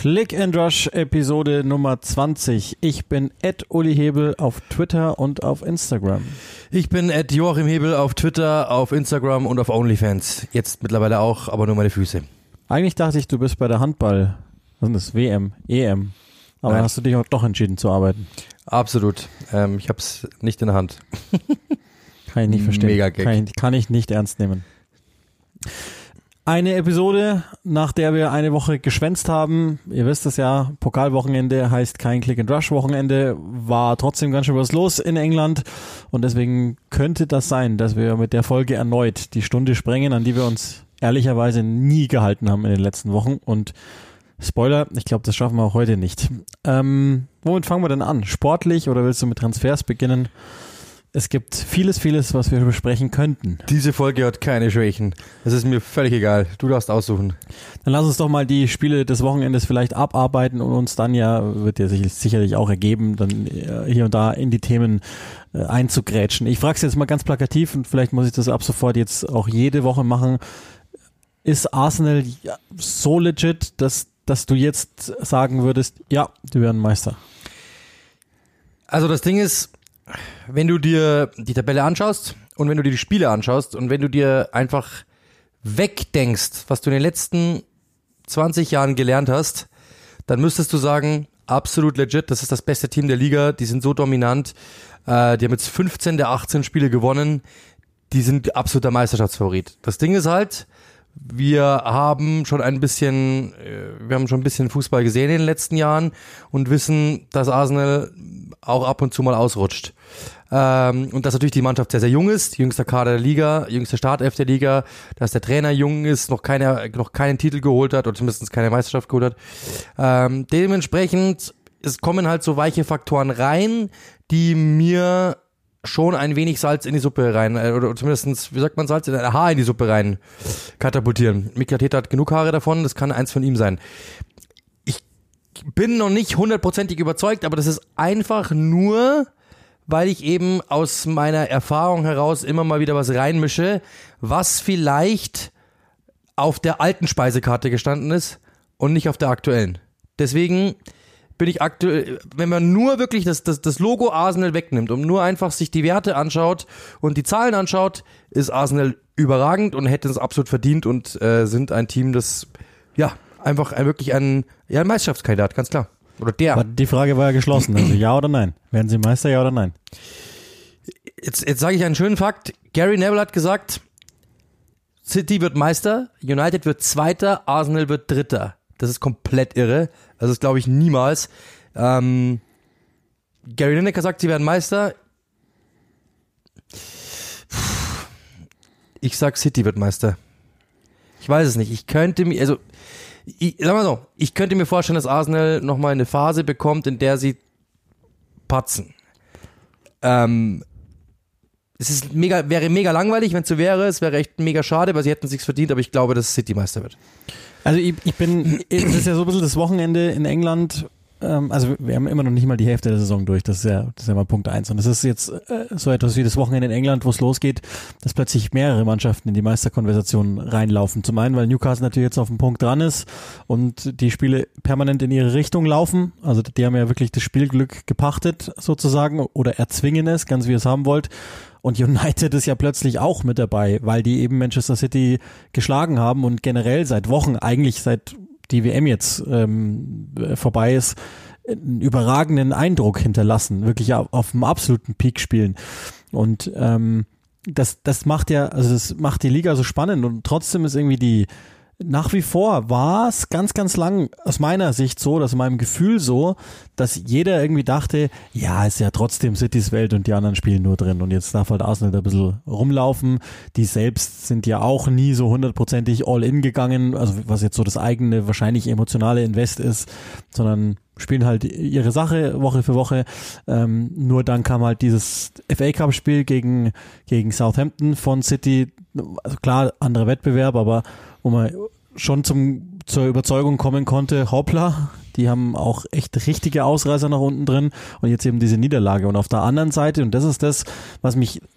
Click and Rush Episode Nummer 20. Ich bin @Uli Hebel auf Twitter und auf Instagram. Ich bin @Joachim Hebel auf Twitter, auf Instagram und auf OnlyFans. Jetzt mittlerweile auch, aber nur meine Füße. Eigentlich dachte ich, du bist bei der Handball, was ist das, WM, EM. Aber Nein. hast du dich auch doch entschieden zu arbeiten. Absolut. Ich hab's nicht in der Hand. Kann ich nicht verstehen. Mega Gag. Kann ich nicht ernst nehmen. Eine Episode, nach der wir eine Woche geschwänzt haben. Ihr wisst es ja, Pokalwochenende heißt kein Click-and-Rush-Wochenende. War trotzdem ganz schön was los in England. Und deswegen könnte das sein, dass wir mit der Folge erneut die Stunde sprengen, an die wir uns ehrlicherweise nie gehalten haben in den letzten Wochen. Und Spoiler, ich glaube, das schaffen wir auch heute nicht. Womit fangen wir denn an? Sportlich oder willst du mit Transfers beginnen? Es gibt vieles, was wir besprechen könnten. Diese Folge hat keine Schwächen. Es ist mir völlig egal. Du darfst aussuchen. Dann lass uns doch mal die Spiele des Wochenendes vielleicht abarbeiten und uns dann wird ja sicherlich auch ergeben, dann hier und da in die Themen einzugrätschen. Ich frage es jetzt mal ganz plakativ und vielleicht muss ich das ab sofort jetzt auch jede Woche machen. Ist Arsenal so legit, dass du jetzt sagen würdest, ja, die werden Meister? Also das Ding ist, wenn du dir die Tabelle anschaust und wenn du dir die Spiele anschaust und wenn du dir einfach wegdenkst, was du in den letzten 20 Jahren gelernt hast, dann müsstest du sagen, absolut legit, das ist das beste Team der Liga, die sind so dominant, die haben jetzt 15 der 18 Spiele gewonnen, die sind absoluter Meisterschaftsfavorit. Das Ding ist halt, wir haben schon ein bisschen Fußball gesehen in den letzten Jahren und wissen, dass Arsenal auch ab und zu mal ausrutscht. Und dass natürlich die Mannschaft sehr, sehr jung ist, jüngster Kader der Liga, jüngster Startelf der Liga, dass der Trainer jung ist, noch keinen Titel geholt hat oder zumindest keine Meisterschaft geholt hat. Dementsprechend kommen halt so weiche Faktoren rein, die mir schon ein wenig Salz in die Suppe rein, oder zumindest, wie sagt man, Salz in ein Haar in die Suppe rein katapultieren. Mikel Arteta hat genug Haare davon, das kann eins von ihm sein. Ich bin noch nicht 100%ig überzeugt, aber das ist einfach nur, weil ich eben aus meiner Erfahrung heraus immer mal wieder was reinmische, was vielleicht auf der alten Speisekarte gestanden ist und nicht auf der aktuellen. Deswegen bin ich aktuell, wenn man nur wirklich das Logo Arsenal wegnimmt und nur einfach sich die Werte anschaut und die Zahlen anschaut, ist Arsenal überragend und hätte es absolut verdient und sind ein Team, das einfach ein Meisterschaftskandidat, ganz klar. Oder der. Aber die Frage war ja geschlossen, also ja oder nein? Werden sie Meister, ja oder nein? Jetzt sage ich einen schönen Fakt. Gary Neville hat gesagt, City wird Meister, United wird Zweiter, Arsenal wird Dritter. Das ist komplett irre. Also das glaube ich niemals. Gary Lineker sagt, sie werden Meister. Ich sag, City wird Meister. Ich weiß es nicht. Ich könnte mir vorstellen, dass Arsenal nochmal eine Phase bekommt, in der sie patzen. Wäre mega langweilig, wenn es so wäre. Es wäre echt mega schade, weil sie hätten es sich verdient, aber ich glaube, dass City Meister wird. Also es ist ja so ein bisschen das Wochenende in England, also wir haben immer noch nicht mal die Hälfte der Saison durch, das ist ja mal Punkt 1 und es ist jetzt so etwas wie das Wochenende in England, wo es losgeht, dass plötzlich mehrere Mannschaften in die Meisterkonversation reinlaufen. Zum einen, weil Newcastle natürlich jetzt auf dem Punkt dran ist und die Spiele permanent in ihre Richtung laufen, also die haben ja wirklich das Spielglück gepachtet sozusagen oder erzwingen es, ganz wie ihr es haben wollt. Und United ist ja plötzlich auch mit dabei, weil die eben Manchester City geschlagen haben und generell seit Wochen, eigentlich seit die WM jetzt vorbei ist, einen überragenden Eindruck hinterlassen, wirklich auf dem absoluten Peak spielen. Und das macht die Liga so spannend und trotzdem ist irgendwie nach wie vor war es ganz, ganz lang aus meiner Sicht so, aus meinem Gefühl so, dass jeder irgendwie dachte, ja, ist ja trotzdem Citys Welt und die anderen spielen nur drin und jetzt darf halt Arsenal da ein bisschen rumlaufen. Die selbst sind ja auch nie so 100%ig all in gegangen, also was jetzt so das eigene, wahrscheinlich emotionale Invest ist, sondern spielen halt ihre Sache Woche für Woche. Nur dann kam halt dieses FA Cup Spiel gegen Southampton von City, also klar, anderer Wettbewerb, aber wo man schon zur Überzeugung kommen konnte, hoppla, die haben auch echt richtige Ausreißer nach unten drin und jetzt eben diese Niederlage. Und auf der anderen Seite, und das ist das, was mich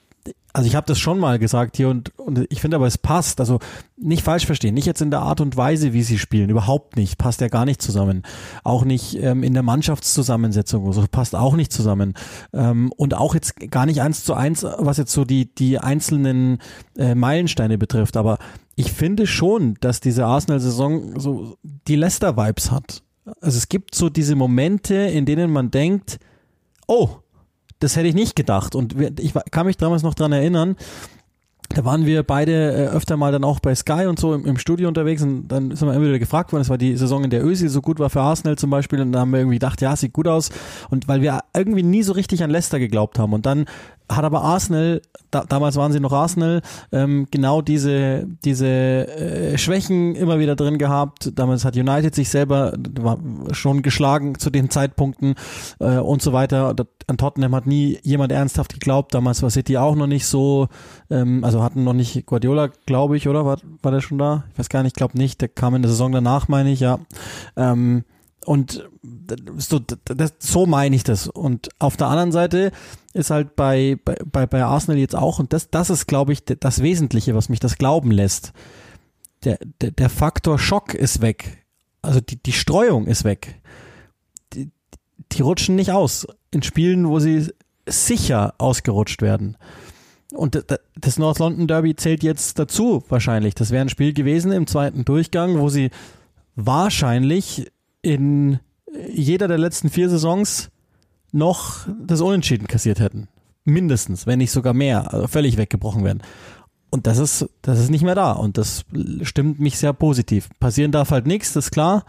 Also ich habe das schon mal gesagt hier und ich finde aber, es passt. Also nicht falsch verstehen, nicht jetzt in der Art und Weise, wie sie spielen, überhaupt nicht, passt ja gar nicht zusammen. Auch nicht in der Mannschaftszusammensetzung oder so, passt auch nicht zusammen. Und auch jetzt gar nicht 1:1, was jetzt so die einzelnen Meilensteine betrifft. Aber ich finde schon, dass diese Arsenal-Saison so die Leicester-Vibes hat. Also es gibt so diese Momente, in denen man denkt, oh, das hätte ich nicht gedacht. Und ich kann mich damals noch dran erinnern, da waren wir beide öfter mal dann auch bei Sky und so im Studio unterwegs und dann sind wir immer wieder gefragt worden, es war die Saison, in der Özil so gut war für Arsenal zum Beispiel und da haben wir irgendwie gedacht, ja, sieht gut aus und weil wir irgendwie nie so richtig an Leicester geglaubt haben und dann hat aber Arsenal, damals waren sie noch Arsenal, genau diese Schwächen immer wieder drin gehabt. Damals hat United sich selber schon geschlagen zu den Zeitpunkten und so weiter. An Tottenham hat nie jemand ernsthaft geglaubt. Damals war City auch noch nicht so, also hatten noch nicht Guardiola, glaube ich, oder? War der schon da? Ich weiß gar nicht, ich glaube nicht. Der kam in der Saison danach, meine ich, ja. Und so meine ich das. Und auf der anderen Seite ist halt bei Arsenal jetzt auch, und das ist, glaube ich, das Wesentliche, was mich das glauben lässt. Der Faktor Schock ist weg. Also die Streuung ist weg. Die rutschen nicht aus in Spielen, wo sie sicher ausgerutscht werden. Und das North London Derby zählt jetzt dazu wahrscheinlich. Das wäre ein Spiel gewesen im zweiten Durchgang, wo sie wahrscheinlich in jeder der letzten 4 Saisons noch das Unentschieden kassiert hätten. Mindestens, wenn nicht sogar mehr, also völlig weggebrochen werden. Und das ist nicht mehr da und das stimmt mich sehr positiv. Passieren darf halt nichts, das ist klar.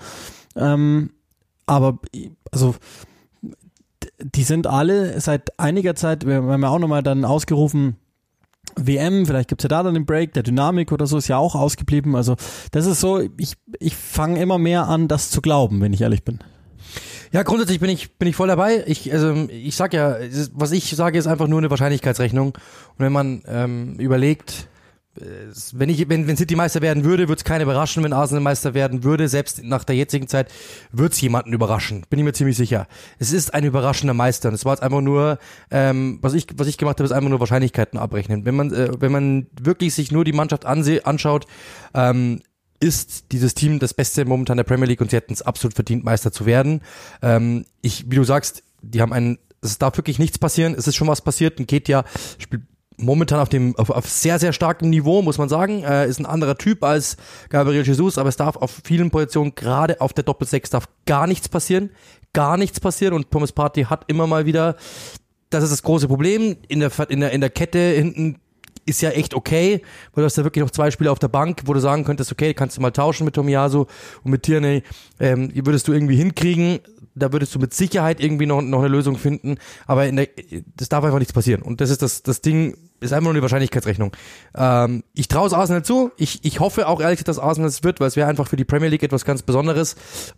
Aber also die sind alle seit einiger Zeit, wir haben ja auch nochmal dann ausgerufen, WM, vielleicht gibt's ja da dann den Break, der Dynamik oder so ist ja auch ausgeblieben. Also das ist so, ich fange immer mehr an, das zu glauben, wenn ich ehrlich bin. Ja, grundsätzlich bin ich voll dabei. Ich sag ja, was ich sage, ist einfach nur eine Wahrscheinlichkeitsrechnung. Und wenn man überlegt, wenn City Meister werden würde, würde es keine überraschen, wenn Arsenal Meister werden würde. Selbst nach der jetzigen Zeit wird es jemanden überraschen. Bin ich mir ziemlich sicher. Es ist ein überraschender Meister. Und es war jetzt einfach nur, was ich gemacht habe, ist einfach nur Wahrscheinlichkeiten abrechnen. Wenn man wirklich sich nur die Mannschaft anschaut, ist dieses Team das Beste momentan der Premier League und sie hätten es absolut verdient, Meister zu werden. Wie du sagst, es darf wirklich nichts passieren. Es ist schon was passiert. Nketiah spielt momentan auf sehr, sehr starkem Niveau, muss man sagen. Ist ein anderer Typ als Gabriel Jesus, aber es darf auf vielen Positionen, gerade auf der Doppel-6, darf gar nichts passieren. Gar nichts passieren und Thomas Partey hat immer mal wieder, das ist das große Problem, in der Kette hinten ist ja echt okay, weil du hast ja wirklich noch 2 Spieler auf der Bank, wo du sagen könntest, okay, kannst du mal tauschen mit Tomiyasu und mit Tierney, die würdest du irgendwie hinkriegen, da würdest du mit Sicherheit irgendwie noch eine Lösung finden, aber das darf einfach nichts passieren und das ist das Ding, ist einfach nur eine Wahrscheinlichkeitsrechnung. Ich traue es Arsenal zu, ich hoffe auch ehrlich gesagt, dass Arsenal es wird, weil es wäre einfach für die Premier League etwas ganz Besonderes.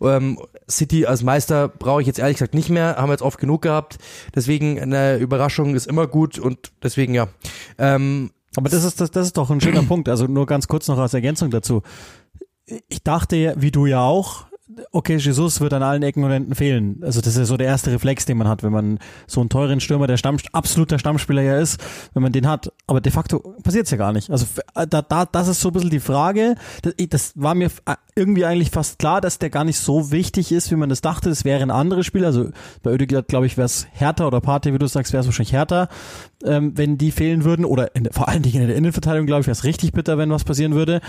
City als Meister brauche ich jetzt ehrlich gesagt nicht mehr, haben wir jetzt oft genug gehabt, deswegen eine Überraschung ist immer gut und deswegen ja. Aber das ist doch ein schöner Punkt, also nur ganz kurz noch als Ergänzung dazu. Ich dachte ja, wie du ja auch, okay, Jesus wird an allen Ecken und Enden fehlen. Also das ist ja so der erste Reflex, den man hat, wenn man so einen teuren Stürmer, der absoluter Stammspieler ja ist, wenn man den hat. Aber de facto passiert es ja gar nicht. Also das ist so ein bisschen die Frage. Das war mir irgendwie eigentlich fast klar, dass der gar nicht so wichtig ist, wie man das dachte. Das wäre ein anderes Spiel. Also bei Ödegaard, glaube ich, wäre es härter oder Partey, wie du sagst, wäre es wahrscheinlich härter, wenn die fehlen würden. Oder vor allen Dingen in der Innenverteidigung, glaube ich, wäre es richtig bitter, wenn was passieren würde.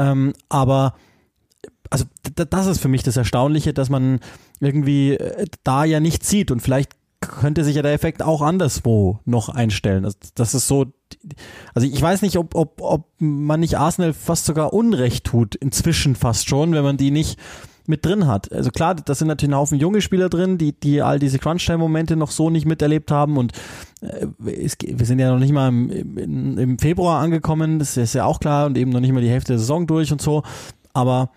Aber also das ist für mich das Erstaunliche, dass man irgendwie da ja nichts sieht und vielleicht könnte sich ja der Effekt auch anderswo noch einstellen. Das ist so, also ich weiß nicht, ob man nicht Arsenal fast sogar Unrecht tut, inzwischen fast schon, wenn man die nicht mit drin hat. Also klar, da sind natürlich ein Haufen junge Spieler drin, die all diese Crunch-Time-Momente noch so nicht miterlebt haben und wir sind ja noch nicht mal im Februar angekommen, das ist ja auch klar und eben noch nicht mal die Hälfte der Saison durch und so, aber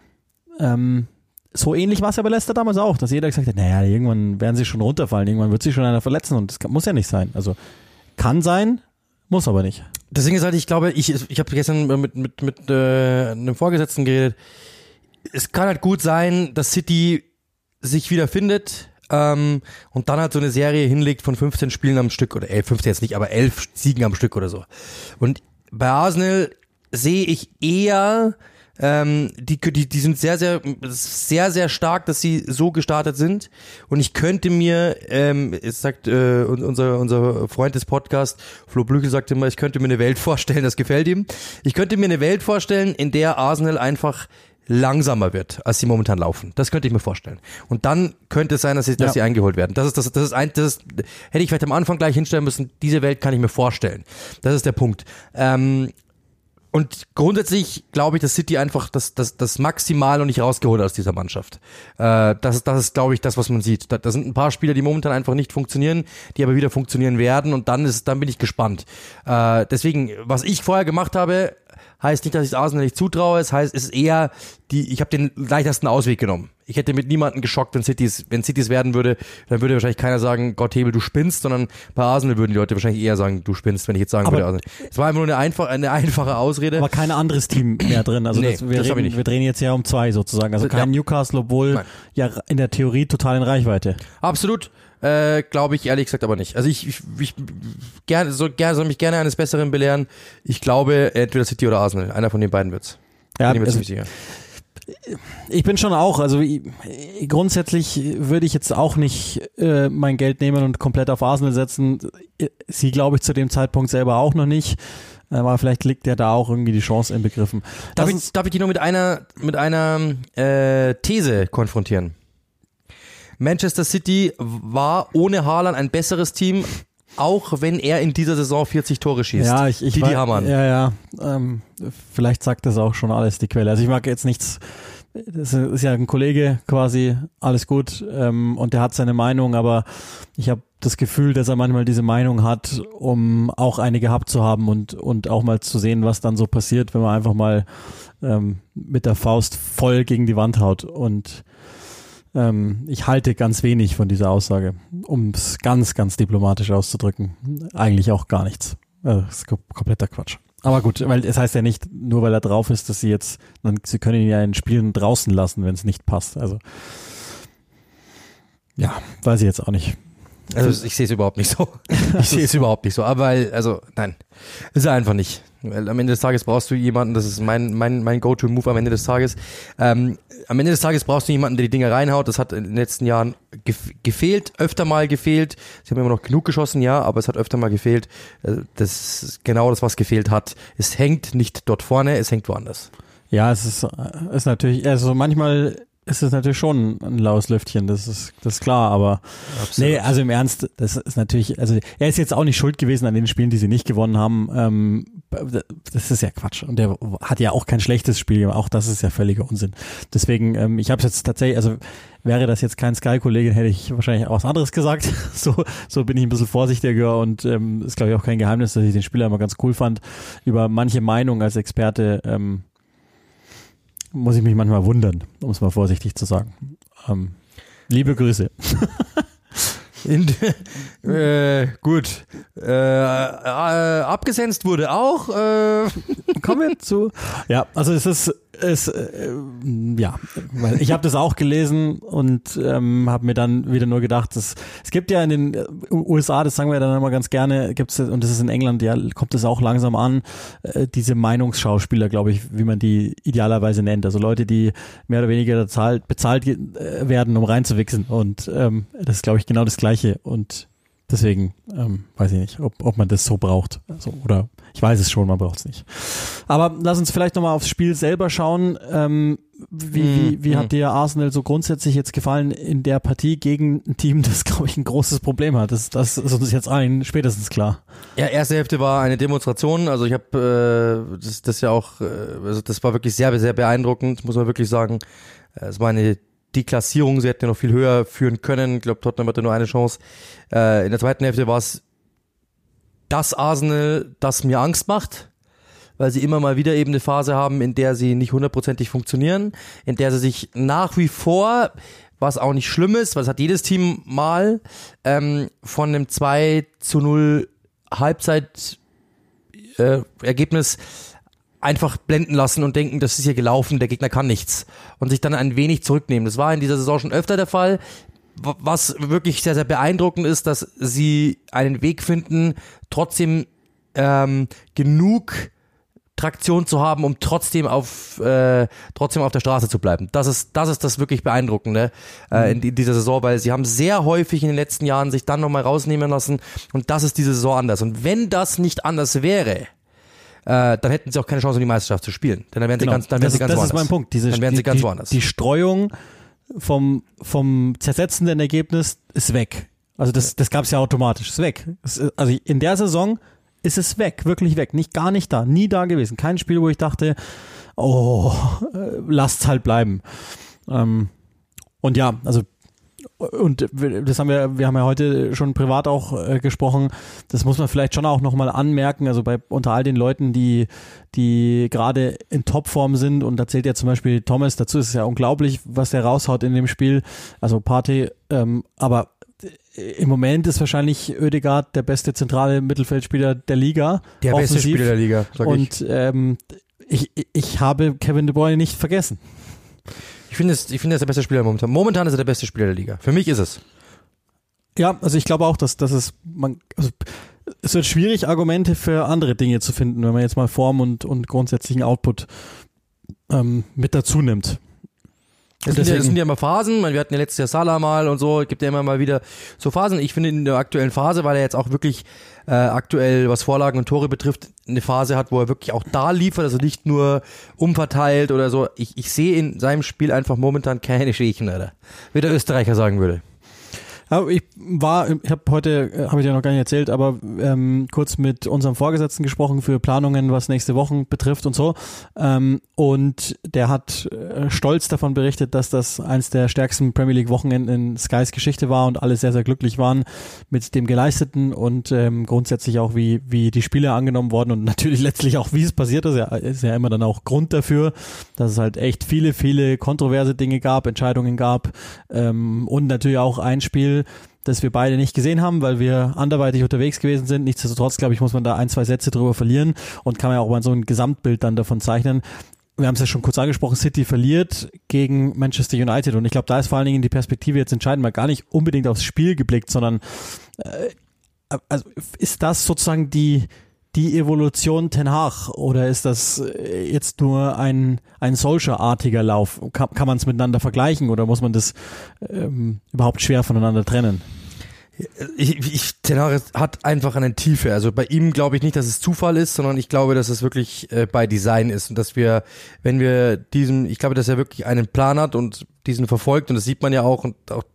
so ähnlich war es ja bei Leicester damals auch, dass jeder gesagt hat, naja, irgendwann werden sie schon runterfallen, irgendwann wird sich schon einer verletzen und das muss ja nicht sein. Also kann sein, muss aber nicht. Deswegen ist halt, ich glaube, ich habe gestern mit einem Vorgesetzten geredet, es kann halt gut sein, dass City sich wieder findet, und dann halt so eine Serie hinlegt von 15 Spielen am Stück oder 15 jetzt nicht, aber 11 Siegen am Stück oder so. Und bei Arsenal sehe ich eher die sind sehr, sehr, sehr, sehr stark, dass sie so gestartet sind. Und ich könnte mir, es sagt unser Freund des Podcasts, Flo Blüchel sagt immer, ich könnte mir eine Welt vorstellen, das gefällt ihm. Ich könnte mir eine Welt vorstellen, in der Arsenal einfach langsamer wird, als sie momentan laufen. Das könnte ich mir vorstellen. Und dann könnte es sein, dass sie eingeholt werden. Das hätte ich vielleicht am Anfang gleich hinstellen müssen. Diese Welt kann ich mir vorstellen. Das ist der Punkt. Und grundsätzlich glaube ich, dass City einfach das Maximal noch nicht rausgeholt hat aus dieser Mannschaft. Das ist, glaube ich, das, was man sieht. Da sind ein paar Spieler, die momentan einfach nicht funktionieren, die aber wieder funktionieren werden und dann bin ich gespannt. Deswegen, was ich vorher gemacht habe, heißt nicht, dass ich es Arsenal nicht zutraue, es ist eher ich habe den leichtesten Ausweg genommen. Ich hätte mit niemandem geschockt, wenn City's werden würde, dann würde wahrscheinlich keiner sagen, Gott Hebel, du spinnst, sondern bei Arsenal würden die Leute wahrscheinlich eher sagen, du spinnst, wenn ich jetzt sagen würde, Arsenal. Es war einfach nur eine einfache Ausrede. Aber kein anderes Team mehr drin. Also nee, wir drehen jetzt ja um 2 sozusagen. Also kein Newcastle, obwohl ja in der Theorie total in Reichweite. Absolut. Glaube ich ehrlich gesagt aber nicht. Also ich soll mich gerne eines Besseren belehren. Ich glaube, entweder City oder Arsenal. Einer von den beiden wird's. Ja, bin ich mir ziemlich sicher. Ich bin schon auch, also grundsätzlich würde ich jetzt auch nicht mein Geld nehmen und komplett auf Arsenal setzen. Sie glaube ich zu dem Zeitpunkt selber auch noch nicht. Aber vielleicht liegt ja da auch irgendwie die Chance inbegriffen. Darf ich dich nur mit einer These konfrontieren? Manchester City war ohne Haaland ein besseres Team, auch wenn er in dieser Saison 40 Tore schießt. Ja, die Hamann. Ja. Vielleicht sagt das auch schon alles, die Quelle. Also ich mag jetzt nichts, das ist ja ein Kollege quasi, alles gut, und der hat seine Meinung, aber ich habe das Gefühl, dass er manchmal diese Meinung hat, um auch eine gehabt zu haben und auch mal zu sehen, was dann so passiert, wenn man einfach mal mit der Faust voll gegen die Wand haut. Und ich halte ganz wenig von dieser Aussage, um es ganz, ganz diplomatisch auszudrücken. Eigentlich auch gar nichts. Das ist kompletter Quatsch. Aber gut, weil es heißt ja nicht, nur weil er drauf ist, dass sie können ihn ja in Spielen draußen lassen, wenn es nicht passt. Also ja, weiß ich jetzt auch nicht. Also ich sehe es überhaupt nicht so. Aber nein, ist er einfach nicht. Weil am Ende des Tages brauchst du jemanden, das ist mein Go-To-Move am Ende des Tages. Am Ende des Tages brauchst du jemanden, der die Dinger reinhaut. Das hat in den letzten Jahren öfter mal gefehlt. Sie haben immer noch genug geschossen, ja, aber es hat öfter mal gefehlt. Das ist genau das, was gefehlt hat. Es hängt nicht dort vorne, es hängt woanders. Ja, es ist natürlich, also manchmal ist es natürlich schon ein laues Lüftchen, das ist klar, aber absolut. Nee, also im Ernst, das ist natürlich, also er ist jetzt auch nicht schuld gewesen an den Spielen, die sie nicht gewonnen haben, das ist ja Quatsch und der hat ja auch kein schlechtes Spiel gemacht, auch das ist ja völliger Unsinn. Deswegen, ich habe es jetzt tatsächlich, also wäre das jetzt kein Sky-Kollege, hätte ich wahrscheinlich auch was anderes gesagt, so bin ich ein bisschen vorsichtiger und ist glaube ich auch kein Geheimnis, dass ich den Spieler immer ganz cool fand. Über manche Meinung als Experte muss ich mich manchmal wundern, um es mal vorsichtig zu sagen. Liebe Grüße. Gut. Abgesenzt wurde auch. Kommen wir zu. Ja, also ja, weil ich habe das auch gelesen und habe mir dann wieder nur gedacht, es gibt ja in den USA, das sagen wir dann immer ganz gerne, gibt's, und das ist in England, ja, kommt es auch langsam an, diese Meinungsschauspieler, glaube ich, wie man die idealerweise nennt. Also Leute, die mehr oder weniger bezahlt werden, um reinzuwichsen. Und das ist, glaube ich, genau das Gleiche. Und deswegen weiß ich nicht, ob man das so braucht. Also, oder ich weiß es schon, man braucht es nicht. Aber lass uns vielleicht nochmal aufs Spiel selber schauen. Wie hat dir Arsenal so grundsätzlich jetzt gefallen in der Partie gegen ein Team, das, glaube ich, ein großes Problem hat? Das ist uns jetzt allen spätestens klar. Ja, erste Hälfte war eine Demonstration. Also ich habe das ja auch, also das war wirklich sehr, sehr beeindruckend, muss man wirklich sagen. Es war eine Deklassierung, sie hätten ja noch viel höher führen können. Ich glaube, Tottenham hatte nur eine Chance. In der zweiten Hälfte war es das Arsenal, das mir Angst macht, weil sie immer mal wieder eben eine Phase haben, in der sie nicht hundertprozentig funktionieren, in der sie sich nach wie vor, was auch nicht schlimm ist, weil das hat jedes Team mal, von einem 2-0 Halbzeit Ergebnis einfach blenden lassen und denken, das ist hier gelaufen, der Gegner kann nichts und sich dann ein wenig zurücknehmen. Das war in dieser Saison schon öfter der Fall. was wirklich sehr, sehr beeindruckend ist, dass sie einen Weg finden, trotzdem genug Traktion zu haben, um trotzdem auf der Straße zu bleiben. Das ist das wirklich Beeindruckende in dieser Saison, weil sie haben sehr häufig in den letzten Jahren sich dann nochmal rausnehmen lassen und das ist diese Saison anders. Und wenn das nicht anders wäre, dann hätten sie auch keine Chance, um die Meisterschaft zu spielen. Denn dann wären sie ganz woanders. Das ist mein Punkt. Dann wären sie ganz woanders. Die Streuung vom zersetzenden Ergebnis ist weg. Also das gab es ja automatisch. Ist weg. Also in der Saison ist es weg, wirklich weg. Gar nicht da, nie da gewesen. Kein Spiel, wo ich dachte, lasst's halt bleiben. Und ja, also und das haben wir haben ja heute schon privat auch gesprochen, das muss man vielleicht schon auch nochmal anmerken, also unter all den Leuten, die gerade in Topform sind, und da zählt ja zum Beispiel Thomas dazu, ist es ja unglaublich, was der raushaut in dem Spiel, also Partey, aber im Moment ist wahrscheinlich Ødegaard der beste zentrale Mittelfeldspieler der Liga. Der beste Spieler der Liga, sag ich. Und ich habe Kevin De Bruyne nicht vergessen. Ich finde, er ist der beste Spieler momentan. Momentan ist er der beste Spieler der Liga. Für mich ist es. Ja, also ich glaube auch, dass es wird schwierig, Argumente für andere Dinge zu finden, wenn man jetzt mal Form und grundsätzlichen Output mit dazu nimmt. Es sind ja immer Phasen, wir hatten ja letztes Jahr Salah mal und so, es gibt ja immer mal wieder so Phasen. Ich finde in der aktuellen Phase, weil er jetzt auch wirklich aktuell, was Vorlagen und Tore betrifft, eine Phase hat, wo er wirklich auch da liefert, also nicht nur umverteilt oder so. Ich sehe in seinem Spiel einfach momentan keine Schwächen, Alter. Wie der Österreicher sagen würde. Ja, ich habe heute, habe ich ja noch gar nicht erzählt, aber kurz mit unserem Vorgesetzten gesprochen für Planungen, was nächste Woche betrifft und so. Und der hat stolz davon berichtet, dass das eins der stärksten Premier League Wochenenden in Skys Geschichte war und alle sehr, sehr glücklich waren mit dem Geleisteten und grundsätzlich auch wie die Spiele angenommen wurden und natürlich letztlich auch, wie es passiert ist. Ist ja immer dann auch Grund dafür, dass es halt echt viele, viele kontroverse Dinge gab, Entscheidungen gab und natürlich auch ein Spiel, das wir beide nicht gesehen haben, weil wir anderweitig unterwegs gewesen sind. Nichtsdestotrotz, glaube ich, muss man da 1-2 Sätze drüber verlieren und kann man ja auch mal so ein Gesamtbild dann davon zeichnen. Wir haben es ja schon kurz angesprochen, City verliert gegen Manchester United und ich glaube, da ist vor allen Dingen die Perspektive jetzt entscheidend, mal gar nicht unbedingt aufs Spiel geblickt, sondern also ist das sozusagen die Evolution Ten Hag oder ist das jetzt nur ein Solskjaer-artiger Lauf? Kann man es miteinander vergleichen oder muss man das überhaupt schwer voneinander trennen? Ten Hag hat einfach eine Tiefe. Also bei ihm glaube ich nicht, dass es Zufall ist, sondern ich glaube, dass es wirklich bei Design ist und dass wir, wenn wir ich glaube, dass er wirklich einen Plan hat und diesen verfolgt und das sieht man ja auch und auch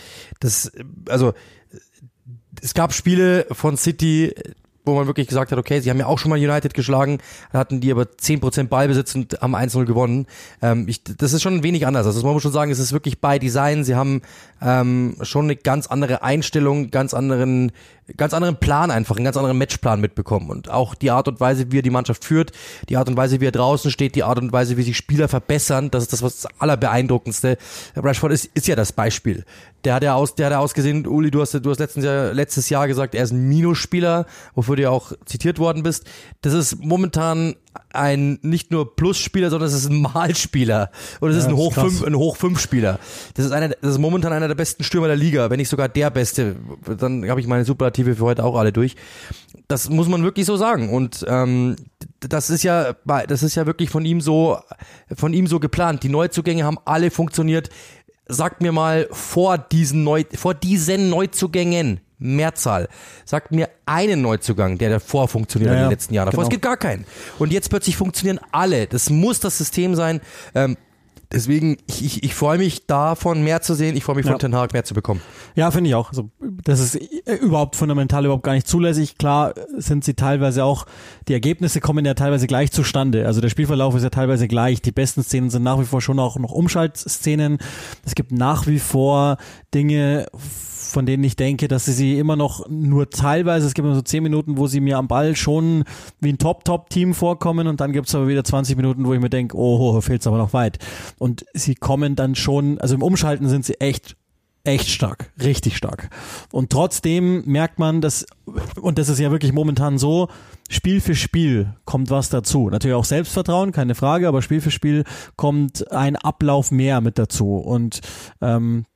also es gab Spiele von City, wo man wirklich gesagt hat, okay, sie haben ja auch schon mal United geschlagen, hatten die aber 10% Ballbesitz und haben 1-0 gewonnen. Das ist schon ein wenig anders. Also man muss schon sagen, es ist wirklich bei Design. Sie haben schon eine ganz andere Einstellung, ganz anderen Plan einfach, einen ganz anderen Matchplan mitbekommen. Und auch die Art und Weise, wie er die Mannschaft führt, die Art und Weise, wie er draußen steht, die Art und Weise, wie sich Spieler verbessern, das ist das Allerbeeindruckendste. Rashford ist ja das Beispiel. Der hat ja ausgesehen, Uli, du hast letztes Jahr gesagt, er ist ein Minusspieler, wofür du ja auch zitiert worden bist. Das ist momentan ein nicht nur Plus-Spieler, sondern es ist ein Malspieler. Und es ist ein Hoch-5-Spieler. Das ist momentan einer der besten Stürmer der Liga, wenn nicht sogar der Beste. Dann habe ich meine Superlative für heute auch alle durch. Das muss man wirklich so sagen. Und das ist ja wirklich von ihm so geplant. Die Neuzugänge haben alle funktioniert. Sagt mir mal vor diesen Neuzugängen, Mehrzahl, sagt mir einen Neuzugang, der davor funktioniert in den letzten Jahren. Davor, genau. Es gibt gar keinen. Und jetzt plötzlich funktionieren alle. Das muss das System sein. Deswegen, ich freue mich davon mehr zu sehen. Ich freue mich von Ten Hag mehr zu bekommen. Ja, finde ich auch. Also, das ist fundamental überhaupt gar nicht zulässig. Klar sind sie teilweise auch, die Ergebnisse kommen ja teilweise gleich zustande. Also der Spielverlauf ist ja teilweise gleich. Die besten Szenen sind nach wie vor schon auch noch Umschaltszenen. Es gibt nach wie vor Dinge, von denen ich denke, dass sie immer noch nur teilweise, es gibt immer so 10 Minuten, wo sie mir am Ball schon wie ein Top-Team vorkommen und dann gibt es aber wieder 20 Minuten, wo ich mir denke, fehlt es aber noch weit. Und sie kommen dann schon, also im Umschalten sind sie echt stark, richtig stark. Und trotzdem merkt man, und das ist ja wirklich momentan so, Spiel für Spiel kommt was dazu. Natürlich auch Selbstvertrauen, keine Frage, aber Spiel für Spiel kommt ein Ablauf mehr mit dazu. Und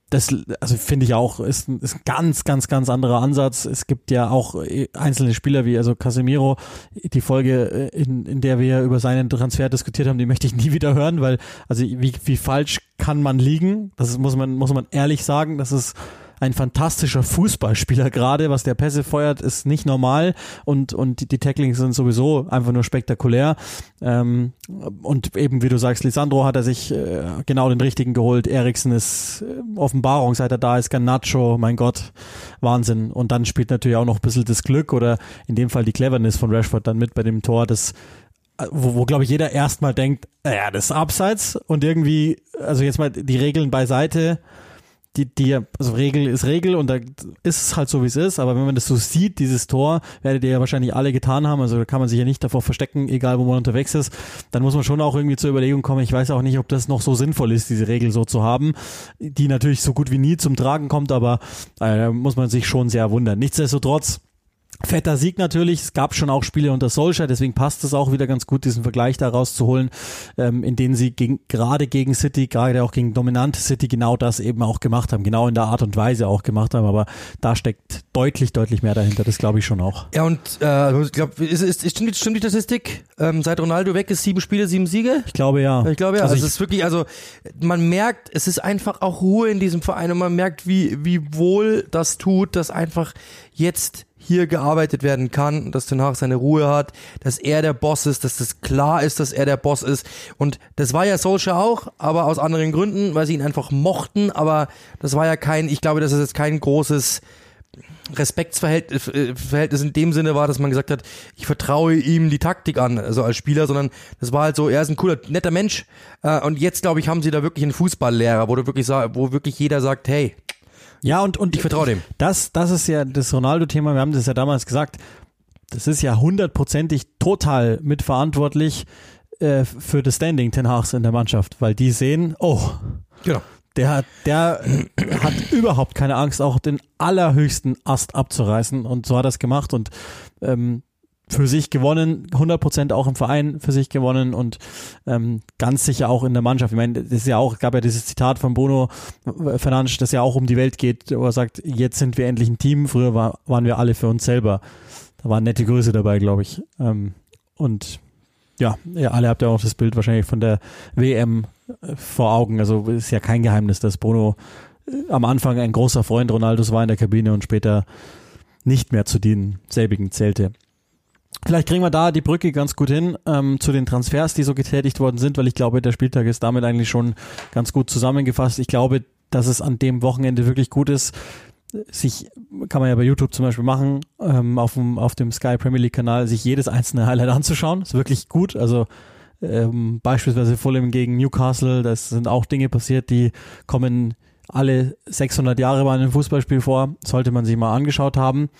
das, also finde ich auch, ist ein ganz, ganz, ganz anderer Ansatz. Es gibt ja auch einzelne Spieler wie, also Casemiro, die Folge, in der wir über seinen Transfer diskutiert haben, die möchte ich nie wieder hören, weil, also wie falsch kann man liegen? Das muss man ehrlich sagen, das ist ein fantastischer Fußballspieler gerade, was der Pässe feuert, ist nicht normal und die Tacklings sind sowieso einfach nur spektakulär. Und eben, wie du sagst, Lisandro hat er sich genau den richtigen geholt. Eriksen ist Offenbarung, seit er da ist. Garnacho, mein Gott, Wahnsinn. Und dann spielt natürlich auch noch ein bisschen das Glück oder in dem Fall die Cleverness von Rashford dann mit bei dem Tor, das wo glaube ich jeder erstmal denkt, ja, das ist Abseits und irgendwie, also jetzt mal die Regeln beiseite, also Regel ist Regel und da ist es halt so, wie es ist, aber wenn man das so sieht, dieses Tor, werdet ihr ja wahrscheinlich alle getan haben, also da kann man sich ja nicht davor verstecken, egal wo man unterwegs ist, dann muss man schon auch irgendwie zur Überlegung kommen, ich weiß auch nicht, ob das noch so sinnvoll ist, diese Regel so zu haben, die natürlich so gut wie nie zum Tragen kommt, aber da muss man sich schon sehr wundern. Nichtsdestotrotz, fetter Sieg natürlich, es gab schon auch Spiele unter Solskjaer, deswegen passt es auch wieder ganz gut, diesen Vergleich da rauszuholen, in denen sie gerade gegen City, gerade auch gegen dominante City genau das eben auch gemacht haben, genau in der Art und Weise auch gemacht haben, aber da steckt deutlich, deutlich mehr dahinter, das glaube ich schon auch. Ja und ich glaube, stimmt die Statistik? Seit Ronaldo weg ist 7 Spiele, 7 Siege? Ich glaube ja. Ich glaube ja, also es ist wirklich, also man merkt, es ist einfach auch Ruhe in diesem Verein und man merkt, wie wohl das tut, dass einfach jetzt hier gearbeitet werden kann, dass Ten Hag seine Ruhe hat, dass er der Boss ist, dass das klar ist, dass er der Boss ist und das war ja Solskjaer auch, aber aus anderen Gründen, weil sie ihn einfach mochten, aber das war ja ich glaube, dass es jetzt kein großes Respektsverhältnis in dem Sinne war, dass man gesagt hat, ich vertraue ihm die Taktik an, also als Spieler, sondern das war halt so, er ist ein cooler, netter Mensch und jetzt, glaube ich, haben sie da wirklich einen Fußballlehrer, wo wirklich jeder sagt, hey, ja, und ich vertraue dem. Das ist ja das Ronaldo-Thema, wir haben das ja damals gesagt, das ist ja 100%ig total mitverantwortlich für das Standing Ten Hags in der Mannschaft, weil die sehen, oh, genau. Der hat überhaupt keine Angst, auch den allerhöchsten Ast abzureißen und so hat er es gemacht und für sich gewonnen, 100% auch im Verein für sich gewonnen und ganz sicher auch in der Mannschaft. Ich meine, das ist ja auch, gab ja dieses Zitat von Bruno Fernandes, das ja auch um die Welt geht, wo er sagt, jetzt sind wir endlich ein Team, früher waren wir alle für uns selber. Da waren nette Grüße dabei, glaube ich. Und ja, ihr alle habt ja auch das Bild wahrscheinlich von der WM vor Augen. Also ist ja kein Geheimnis, dass Bruno am Anfang ein großer Freund Ronaldos war in der Kabine und später nicht mehr zu denselbigen zählte. Vielleicht kriegen wir da die Brücke ganz gut hin zu den Transfers, die so getätigt worden sind, weil ich glaube, der Spieltag ist damit eigentlich schon ganz gut zusammengefasst. Ich glaube, dass es an dem Wochenende wirklich gut ist, kann man ja bei YouTube zum Beispiel machen, auf dem Sky Premier League Kanal, sich jedes einzelne Highlight anzuschauen. Ist wirklich gut, also beispielsweise Fulham gegen Newcastle, da sind auch Dinge passiert, die kommen alle 600 Jahre bei einem Fußballspiel vor, sollte man sich mal angeschaut haben.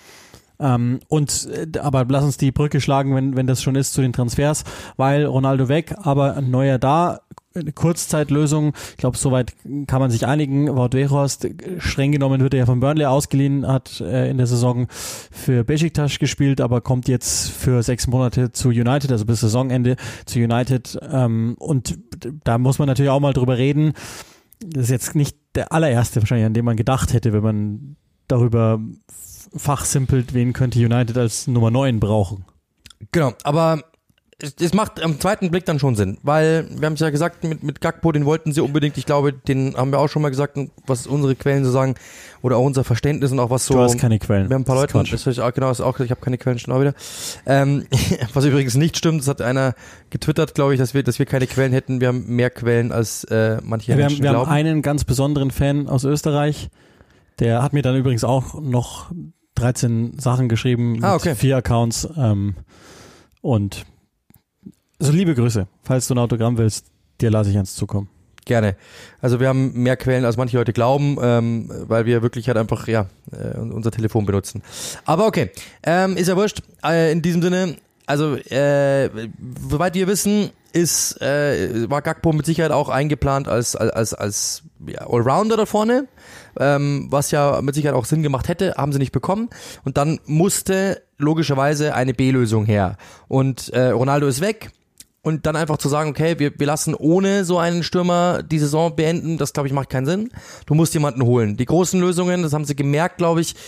Aber lass uns die Brücke schlagen, wenn das schon ist, zu den Transfers, weil Ronaldo weg, aber ein neuer da, eine Kurzzeitlösung, ich glaube, soweit kann man sich einigen. Wout Weghorst, streng genommen wird er ja von Burnley ausgeliehen, hat in der Saison für Beşiktaş gespielt, aber kommt jetzt für 6 Monate zu United, also bis Saisonende zu United, und da muss man natürlich auch mal drüber reden. Das ist jetzt nicht der allererste wahrscheinlich, an den man gedacht hätte, wenn man darüber fachsimpelt, wen könnte United als Nummer 9 brauchen. Genau, aber es macht am zweiten Blick dann schon Sinn, weil wir haben es ja gesagt, mit Gakpo, den wollten sie unbedingt, ich glaube, den haben wir auch schon mal gesagt, was unsere Quellen so sagen, oder auch unser Verständnis und auch was so. Du hast keine Quellen. Wir haben ein paar Leute, ich habe keine Quellen, schon auch wieder. Was übrigens nicht stimmt, das hat einer getwittert, glaube ich, dass wir keine Quellen hätten, wir haben mehr Quellen als manche Menschen glauben. Wir haben einen ganz besonderen Fan aus Österreich, der hat mir dann übrigens auch noch 13 Sachen geschrieben mit 4 Accounts und also liebe Grüße, falls du ein Autogramm willst, dir lasse ich eins zukommen. Gerne. Also wir haben mehr Quellen, als manche Leute glauben, weil wir wirklich halt einfach unser Telefon benutzen. Aber okay, ist ja wurscht. In diesem Sinne, also soweit wir wissen, war Gakpo mit Sicherheit auch eingeplant als Allrounder da vorne, was ja mit Sicherheit auch Sinn gemacht hätte, haben sie nicht bekommen und dann musste logischerweise eine B-Lösung her und Ronaldo ist weg. und dann einfach zu sagen, okay, wir lassen ohne so einen Stürmer die Saison beenden, das glaube ich macht keinen Sinn. Du musst jemanden holen. Die großen Lösungen, das haben sie gemerkt, glaube ich,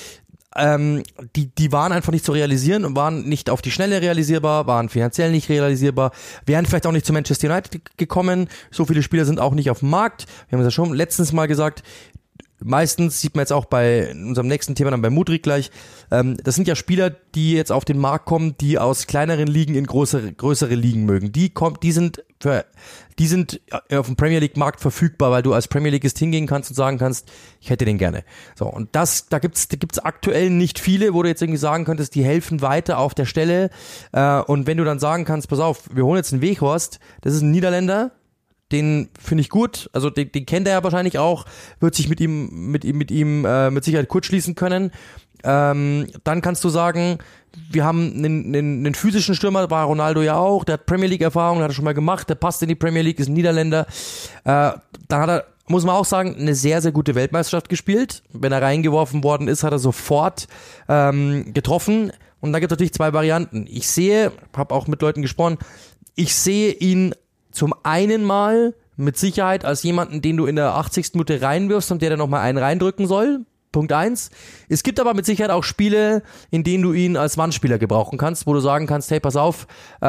die waren einfach nicht zu realisieren und waren nicht auf die Schnelle realisierbar, waren finanziell nicht realisierbar, wären vielleicht auch nicht zu Manchester United gekommen. So viele Spieler sind auch nicht auf dem Markt. Wir haben es ja schon letztens mal gesagt, meistens sieht man jetzt auch bei unserem nächsten Thema dann bei Mudryk gleich, das sind ja Spieler, die jetzt auf den Markt kommen, die aus kleineren Ligen in größere Ligen mögen. Die sind auf dem Premier League Markt verfügbar, weil du als Premier Leagueist hingehen kannst und sagen kannst, ich hätte den gerne. So, und da gibt's aktuell nicht viele, wo du jetzt irgendwie sagen könntest, die helfen weiter auf der Stelle. Und wenn du dann sagen kannst, pass auf, wir holen jetzt einen Weghorst, das ist ein Niederländer, den finde ich gut, also den kennt er ja wahrscheinlich auch, wird sich mit ihm mit Sicherheit kurzschließen können. Dann kannst du sagen, wir haben einen physischen Stürmer, war Ronaldo ja auch, der hat Premier League Erfahrung, hat er schon mal gemacht, der passt in die Premier League, ist ein Niederländer. Dann hat er, muss man auch sagen, eine sehr, sehr gute Weltmeisterschaft gespielt. Wenn er reingeworfen worden ist, hat er sofort getroffen. Und da gibt es natürlich zwei Varianten. Habe auch mit Leuten gesprochen, ich sehe ihn zum einen mal mit Sicherheit als jemanden, den du in der 80. Minute reinwirfst und der dann nochmal einen reindrücken soll. Punkt 1. Es gibt aber mit Sicherheit auch Spiele, in denen du ihn als Wandspieler gebrauchen kannst, wo du sagen kannst, hey, pass auf,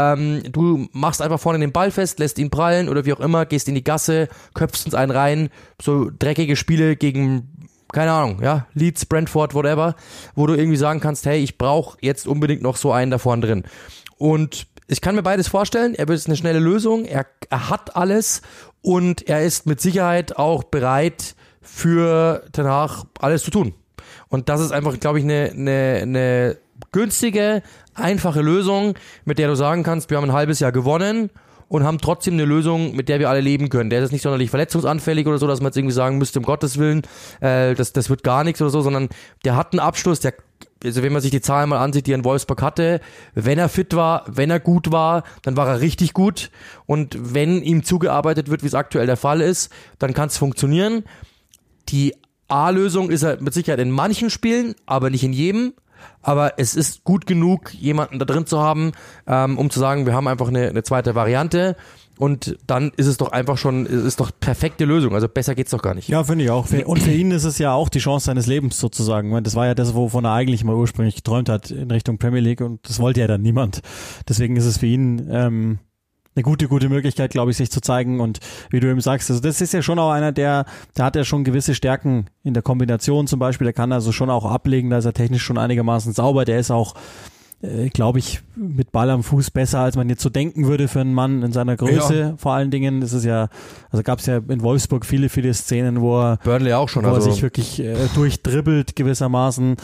du machst einfach vorne den Ball fest, lässt ihn prallen oder wie auch immer, gehst in die Gasse, köpfst uns einen rein, so dreckige Spiele gegen, keine Ahnung, ja, Leeds, Brentford, whatever, wo du irgendwie sagen kannst, hey, ich brauche jetzt unbedingt noch so einen da vorne drin. Und ich kann mir beides vorstellen, er ist eine schnelle Lösung, er hat alles und er ist mit Sicherheit auch bereit, für Ten Hag alles zu tun. Und das ist einfach, glaube ich, eine günstige, einfache Lösung, mit der du sagen kannst, wir haben ein halbes Jahr gewonnen und haben trotzdem eine Lösung, mit der wir alle leben können. Der ist nicht sonderlich verletzungsanfällig oder so, dass man jetzt irgendwie sagen müsste, um Gottes Willen, das wird gar nichts oder so, sondern der hat einen Abschluss, also wenn man sich die Zahlen mal ansieht, die er in Wolfsburg hatte, wenn er fit war, wenn er gut war, dann war er richtig gut. Und wenn ihm zugearbeitet wird, wie es aktuell der Fall ist, dann kann es funktionieren. Die A-Lösung ist er mit Sicherheit in manchen Spielen, aber nicht in jedem. Aber es ist gut genug, jemanden da drin zu haben, um zu sagen, wir haben einfach eine zweite Variante. Und dann ist es doch einfach schon, ist doch perfekte Lösung. Also besser geht's doch gar nicht. Ja, finde ich auch. Und für ihn ist es ja auch die Chance seines Lebens sozusagen. Ich meine, das war ja das, wovon er eigentlich mal ursprünglich geträumt hat in Richtung Premier League und das wollte ja dann niemand. Deswegen ist es für ihn eine gute Möglichkeit, glaube ich, sich zu zeigen. Und wie du eben sagst, also das ist ja schon auch einer, der hat ja schon gewisse Stärken in der Kombination zum Beispiel. Der kann also schon auch ablegen, da ist er technisch schon einigermaßen sauber. Der ist auch, glaube ich, mit Ball am Fuß besser, als man jetzt so denken würde für einen Mann in seiner Größe. Ja. Vor allen Dingen, das ist ja, also gab es ja in Wolfsburg viele Szenen, wo er Burnley auch schon, wo er sich wirklich durchdribbelt gewissermaßen.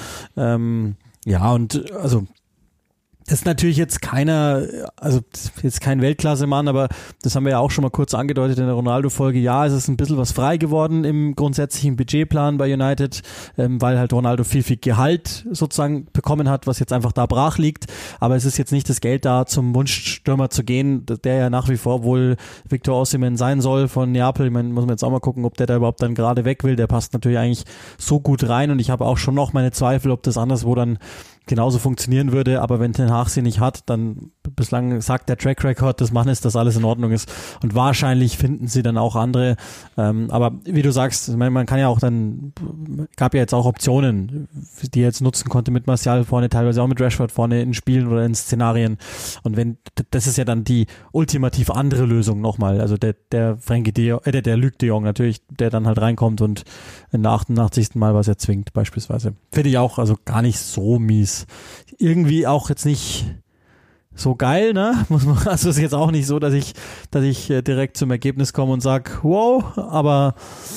Ja, und also das ist natürlich jetzt kein Weltklasse-Mann, aber das haben wir ja auch schon mal kurz angedeutet in der Ronaldo-Folge. Ja, es ist ein bisschen was frei geworden im grundsätzlichen Budgetplan bei United, weil halt Ronaldo viel Gehalt sozusagen bekommen hat, was jetzt einfach da brach liegt. Aber es ist jetzt nicht das Geld da, zum Wunschstürmer zu gehen, der ja nach wie vor wohl Victor Osimhen sein soll von Neapel. Ich meine, muss man jetzt auch mal gucken, ob der da überhaupt dann gerade weg will. Der passt natürlich eigentlich so gut rein und ich habe auch schon noch meine Zweifel, ob das anderswo dann genauso funktionieren würde, aber wenn Ten Hag sie nicht hat, dann bislang sagt der Track Record des Mannes, dass alles in Ordnung ist und wahrscheinlich finden sie dann auch andere, aber wie du sagst, ich meine, man kann ja auch dann, gab ja jetzt auch Optionen, die er jetzt nutzen konnte mit Martial vorne, teilweise auch mit Rashford vorne in Spielen oder in Szenarien und wenn, das ist ja dann die ultimativ andere Lösung nochmal, also der Luc de Jong natürlich, der dann halt reinkommt und in der 88. Mal was erzwingt beispielsweise. Finde ich auch, also gar nicht so mies. Irgendwie auch jetzt nicht so geil, ne? Also ist jetzt auch nicht so, dass ich direkt zum Ergebnis komme und sag, wow, aber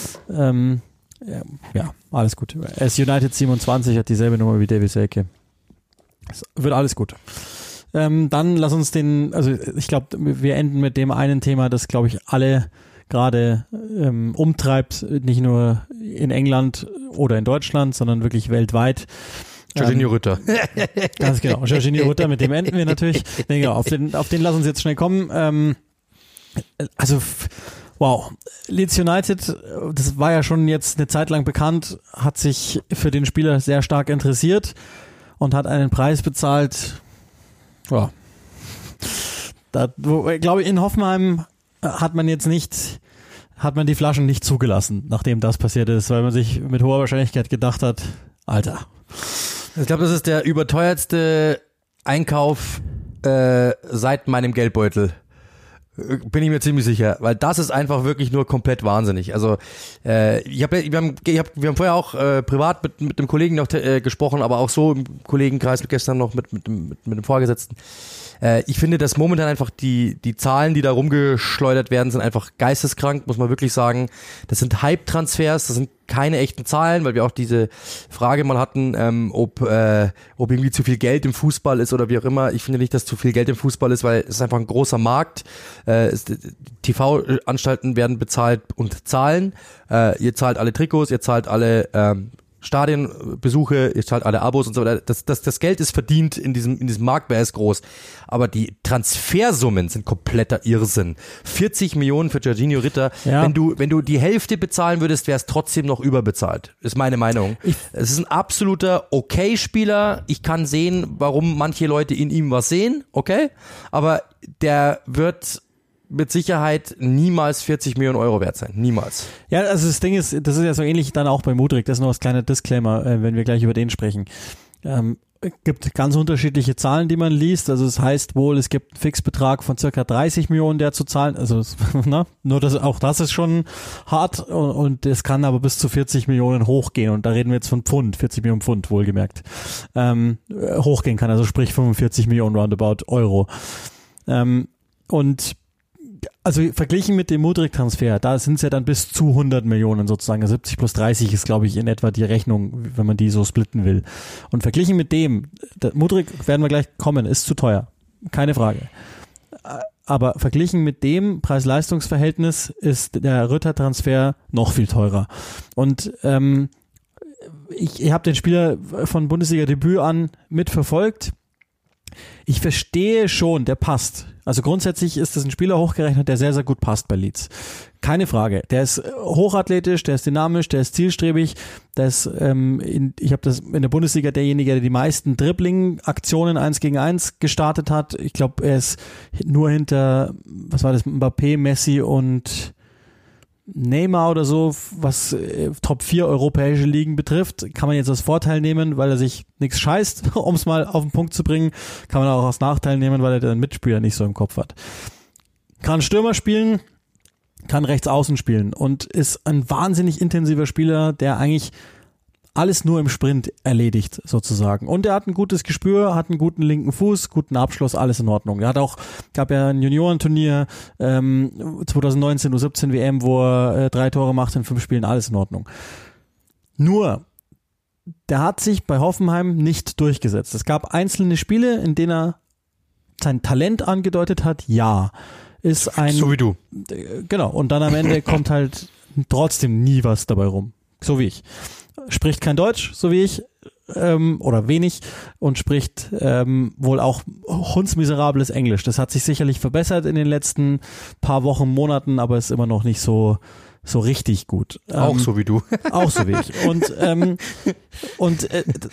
ja, alles gut. Er ist United 27, hat dieselbe Nummer wie David Selke. Es wird alles gut. Dann lass uns ich glaube, wir enden mit dem einen Thema, das, glaube ich, alle gerade umtreibt, nicht nur in England oder in Deutschland, sondern wirklich weltweit. Jorginho Rütter. Ganz genau, Jorginho Rütter, mit dem enden wir natürlich. Nee, genau, auf den lass uns jetzt schnell kommen. Also, wow. Leeds United, das war ja schon jetzt eine Zeit lang bekannt, hat sich für den Spieler sehr stark interessiert und hat einen Preis bezahlt, ja, glaube ich, in Hoffenheim hat man die Flaschen nicht zugelassen, nachdem das passiert ist, weil man sich mit hoher Wahrscheinlichkeit gedacht hat, Alter. Ich glaube, das ist der überteuerste Einkauf seit meinem Geldbeutel. Bin ich mir ziemlich sicher, weil das ist einfach wirklich nur komplett wahnsinnig. Also wir haben vorher auch privat mit einem Kollegen noch gesprochen, aber auch so im Kollegenkreis gestern noch mit dem Vorgesetzten. Ich finde, dass momentan einfach die Zahlen, die da rumgeschleudert werden, sind einfach geisteskrank, muss man wirklich sagen. Das sind Hype-Transfers, das sind keine echten Zahlen, weil wir auch diese Frage mal hatten, ob irgendwie zu viel Geld im Fußball ist oder wie auch immer. Ich finde nicht, dass zu viel Geld im Fußball ist, weil es ist einfach ein großer Markt. TV-Anstalten werden bezahlt und zahlen. Ihr zahlt alle Trikots, ihr zahlt alle Stadionbesuche, ihr zahlt alle Abos und so weiter. Das Geld ist verdient in diesem Markt, wer ist groß. Aber die Transfersummen sind kompletter Irrsinn. 40 Millionen für Jorginho Ritter. Ja. Wenn du die Hälfte bezahlen würdest, wäre es trotzdem noch überbezahlt. Ist meine Meinung. Es ist ein absoluter Okay-Spieler. Ich kann sehen, warum manche Leute in ihm was sehen. Okay. Aber der wird mit Sicherheit niemals 40 Millionen Euro wert sein. Niemals. Ja, also das Ding ist, das ist ja so ähnlich dann auch bei Mudryk. Das ist noch das kleine Disclaimer, wenn wir gleich über den sprechen. Gibt ganz unterschiedliche Zahlen, die man liest. Also es heißt wohl, es gibt einen Fixbetrag von circa 30 Millionen, der zu zahlen. Also nur auch das ist schon hart und es kann aber bis zu 40 Millionen hochgehen. Und da reden wir jetzt von Pfund, 40 Millionen Pfund wohlgemerkt. Hochgehen kann, also sprich 45 Millionen roundabout Euro. Und also verglichen mit dem Mudryk-Transfer, da sind es ja dann bis zu 100 Millionen sozusagen. 70 plus 30 ist, glaube ich, in etwa die Rechnung, wenn man die so splitten will. Und verglichen mit dem, Mudryk werden wir gleich kommen, ist zu teuer. Keine Frage. Aber verglichen mit dem Preis-Leistungs-Verhältnis ist der Ritter-Transfer noch viel teurer. Und ich habe den Spieler von Bundesliga-Debüt an mitverfolgt. Ich verstehe schon, der passt. Also grundsätzlich ist das ein Spieler hochgerechnet, der sehr, sehr gut passt bei Leeds. Keine Frage. Der ist hochathletisch, der ist dynamisch, der ist zielstrebig. Der ist, ich habe das in der Bundesliga derjenige, der die meisten Dribbling-Aktionen 1 gegen 1 gestartet hat. Ich glaube, er ist nur hinter, was war das, Mbappé, Messi und Neymar oder so, was Top 4 europäische Ligen betrifft, kann man jetzt als Vorteil nehmen, weil er sich nichts scheißt, um es mal auf den Punkt zu bringen, kann man auch als Nachteil nehmen, weil er den Mitspieler nicht so im Kopf hat. Kann Stürmer spielen, kann rechts außen spielen und ist ein wahnsinnig intensiver Spieler, der eigentlich alles nur im Sprint erledigt, sozusagen. Und er hat ein gutes Gespür, hat einen guten linken Fuß, guten Abschluss, alles in Ordnung. Er hat auch, gab ja ein Juniorenturnier 2019 U17 WM, wo er 3 Tore macht in 5 Spielen, alles in Ordnung. Nur, der hat sich bei Hoffenheim nicht durchgesetzt. Es gab einzelne Spiele, in denen er sein Talent angedeutet hat, ja. Ist ein, so wie du. Genau, und dann am Ende kommt halt trotzdem nie was dabei rum. So wie ich. Spricht kein Deutsch, so wie ich, oder wenig, und spricht wohl auch hundsmiserables Englisch. Das hat sich sicherlich verbessert in den letzten paar Wochen, Monaten, aber ist immer noch nicht so richtig gut. Auch so wie du. Auch so wie ich. Und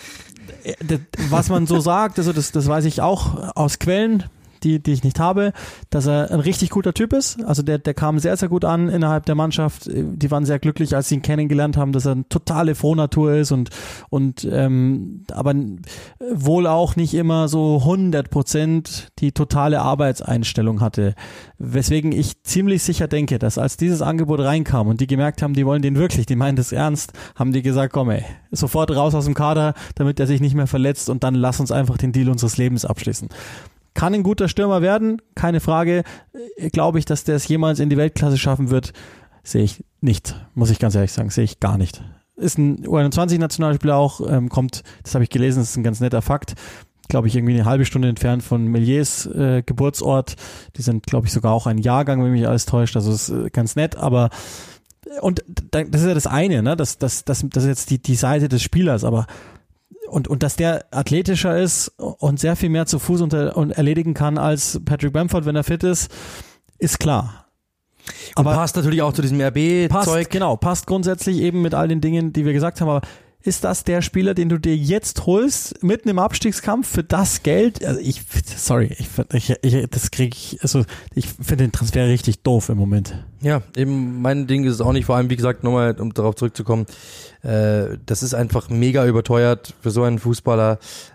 was man so sagt, also das weiß ich auch aus Quellen, die ich nicht habe, dass er ein richtig guter Typ ist. Also der kam sehr, sehr gut an innerhalb der Mannschaft. Die waren sehr glücklich, als sie ihn kennengelernt haben, dass er eine totale Frohnatur ist und aber wohl auch nicht immer so 100% die totale Arbeitseinstellung hatte. Weswegen ich ziemlich sicher denke, dass als dieses Angebot reinkam und die gemerkt haben, die wollen den wirklich, die meinen das ernst, haben die gesagt, komm ey, sofort raus aus dem Kader, damit er sich nicht mehr verletzt und dann lass uns einfach den Deal unseres Lebens abschließen. Kann ein guter Stürmer werden, keine Frage. Glaube ich, dass der es jemals in die Weltklasse schaffen wird, sehe ich nicht, muss ich ganz ehrlich sagen, sehe ich gar nicht. Ist ein U21-Nationalspieler auch, kommt, das habe ich gelesen, das ist ein ganz netter Fakt, glaube ich, irgendwie eine halbe Stunde entfernt von Meliers Geburtsort. Die sind, glaube ich, sogar auch ein Jahrgang, wenn mich alles täuscht, also ist ganz nett, aber und das ist ja das eine, ne? Das ist jetzt die Seite des Spielers, aber und dass der athletischer ist und sehr viel mehr zu Fuß und erledigen kann als Patrick Bamford, wenn er fit ist klar. Aber passt natürlich auch zu diesem RB-Zeug. Passt grundsätzlich eben mit all den Dingen, die wir gesagt haben, aber ist das der Spieler, den du dir jetzt holst, mitten im Abstiegskampf für das Geld? Also ich finde den Transfer richtig doof im Moment. Ja, eben mein Ding ist es auch nicht, vor allem, wie gesagt, nochmal, um darauf zurückzukommen, das ist einfach mega überteuert für so einen Fußballer.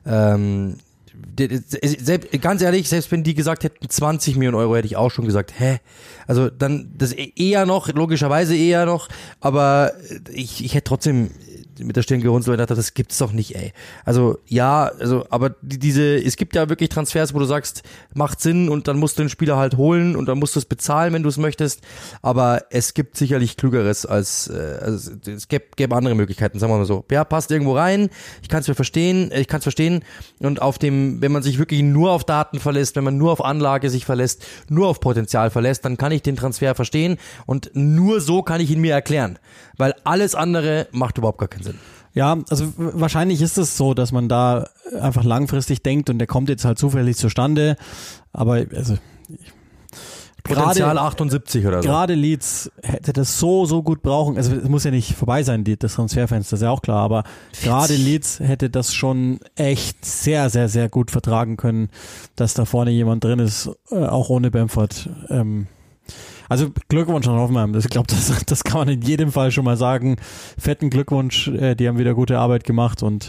Ganz ehrlich, selbst wenn die gesagt hätten 20 Millionen Euro, hätte ich auch schon gesagt, also dann das logischerweise eher noch, aber ich hätte trotzdem mit der Stirn gerunzelt und dachte, das gibt's doch nicht, ey. Also ja, aber es gibt ja wirklich Transfers, wo du sagst, macht Sinn und dann musst du den Spieler halt holen und dann musst du es bezahlen, wenn du es möchtest, aber es gibt sicherlich Klügeres also es gäbe andere Möglichkeiten, sagen wir mal so. Ja, passt irgendwo rein, ich kann es verstehen und wenn man sich wirklich nur auf Daten verlässt, wenn man nur auf Anlage sich verlässt, nur auf Potenzial verlässt, dann kann ich den Transfer verstehen und nur so kann ich ihn mir erklären, weil alles andere macht überhaupt gar keinen Sinn. Ja, also wahrscheinlich ist es so, dass man da einfach langfristig denkt und der kommt jetzt halt zufällig zustande, aber also Potenzial 78 oder so. Gerade Leeds hätte das so gut brauchen, also es muss ja nicht vorbei sein, das Transferfenster, das ist ja auch klar, aber gerade Leeds hätte das schon echt sehr, sehr, sehr gut vertragen können, dass da vorne jemand drin ist, auch ohne Bamford. Also Glückwunsch an Hoffenheim, ich glaube, das kann man in jedem Fall schon mal sagen. Fetten Glückwunsch, die haben wieder gute Arbeit gemacht und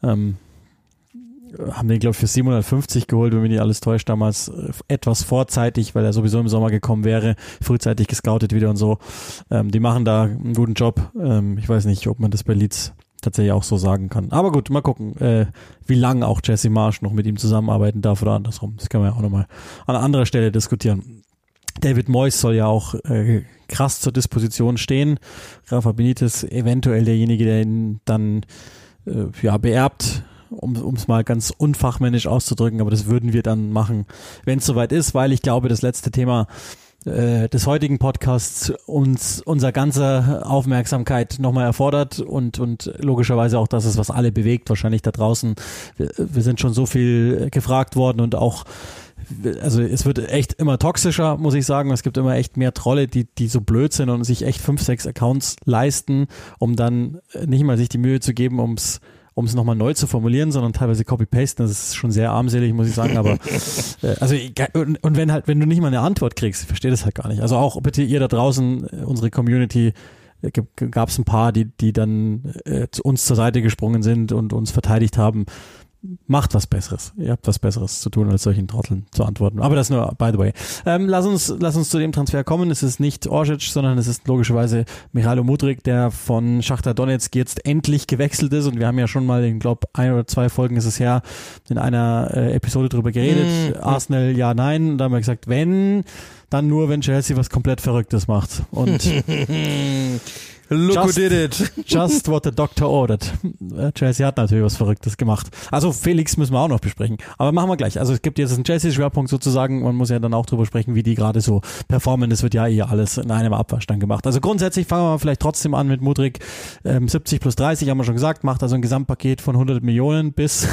haben den, glaube ich, für 750 geholt, wenn mich nicht alles täuscht, damals etwas vorzeitig, weil er sowieso im Sommer gekommen wäre, frühzeitig gescoutet wieder und so. Die machen da einen guten Job. Ich weiß nicht, ob man das bei Leeds tatsächlich auch so sagen kann. Aber gut, mal gucken, wie lange auch Jesse Marsch noch mit ihm zusammenarbeiten darf oder andersrum. Das können wir ja auch nochmal an anderer Stelle diskutieren. David Moyes soll ja auch krass zur Disposition stehen. Rafa Benitez eventuell derjenige, der ihn dann beerbt, um es mal ganz unfachmännisch auszudrücken, aber das würden wir dann machen, wenn es soweit ist, weil ich glaube, das letzte Thema des heutigen Podcasts uns unser ganze Aufmerksamkeit nochmal erfordert und logischerweise auch das ist, was alle bewegt, wahrscheinlich da draußen. Wir sind schon so viel gefragt worden und auch also es wird echt immer toxischer, muss ich sagen. Es gibt immer echt mehr Trolle, die so blöd sind und sich echt 5, 6 Accounts leisten, um dann nicht mal sich die Mühe zu geben, um es nochmal neu zu formulieren, sondern teilweise copy-pasten. Das ist schon sehr armselig, muss ich sagen. Aber und wenn du nicht mal eine Antwort kriegst, ich verstehe das halt gar nicht. Also auch bitte ihr da draußen, unsere Community, gab es ein paar, die dann uns zur Seite gesprungen sind und uns verteidigt haben. Macht was Besseres. Ihr habt was Besseres zu tun, als solchen Trotteln zu antworten. Aber das nur by the way. Lass uns zu dem Transfer kommen. Es ist nicht Orsic, sondern es ist logischerweise Michailo Mudryk, der von Schachtar Donetsk jetzt endlich gewechselt ist. Und wir haben ja schon mal, ich glaube, 1 oder 2 Folgen ist es her, in einer Episode drüber geredet. Arsenal, ja, nein. Und da haben wir gesagt, dann nur, wenn Chelsea was komplett Verrücktes macht. Und Look who did it. Just what the doctor ordered. Chelsea hat natürlich was Verrücktes gemacht. Also Felix müssen wir auch noch besprechen. Aber machen wir gleich. Also es gibt jetzt einen Chelsea-Schwerpunkt sozusagen. Man muss ja dann auch drüber sprechen, wie die gerade so performen. Das wird ja hier alles in einem Abwasch dann gemacht. Also grundsätzlich fangen wir mal vielleicht trotzdem an mit Mudryk. 70 plus 30 haben wir schon gesagt. Macht also ein Gesamtpaket von 100 Millionen bis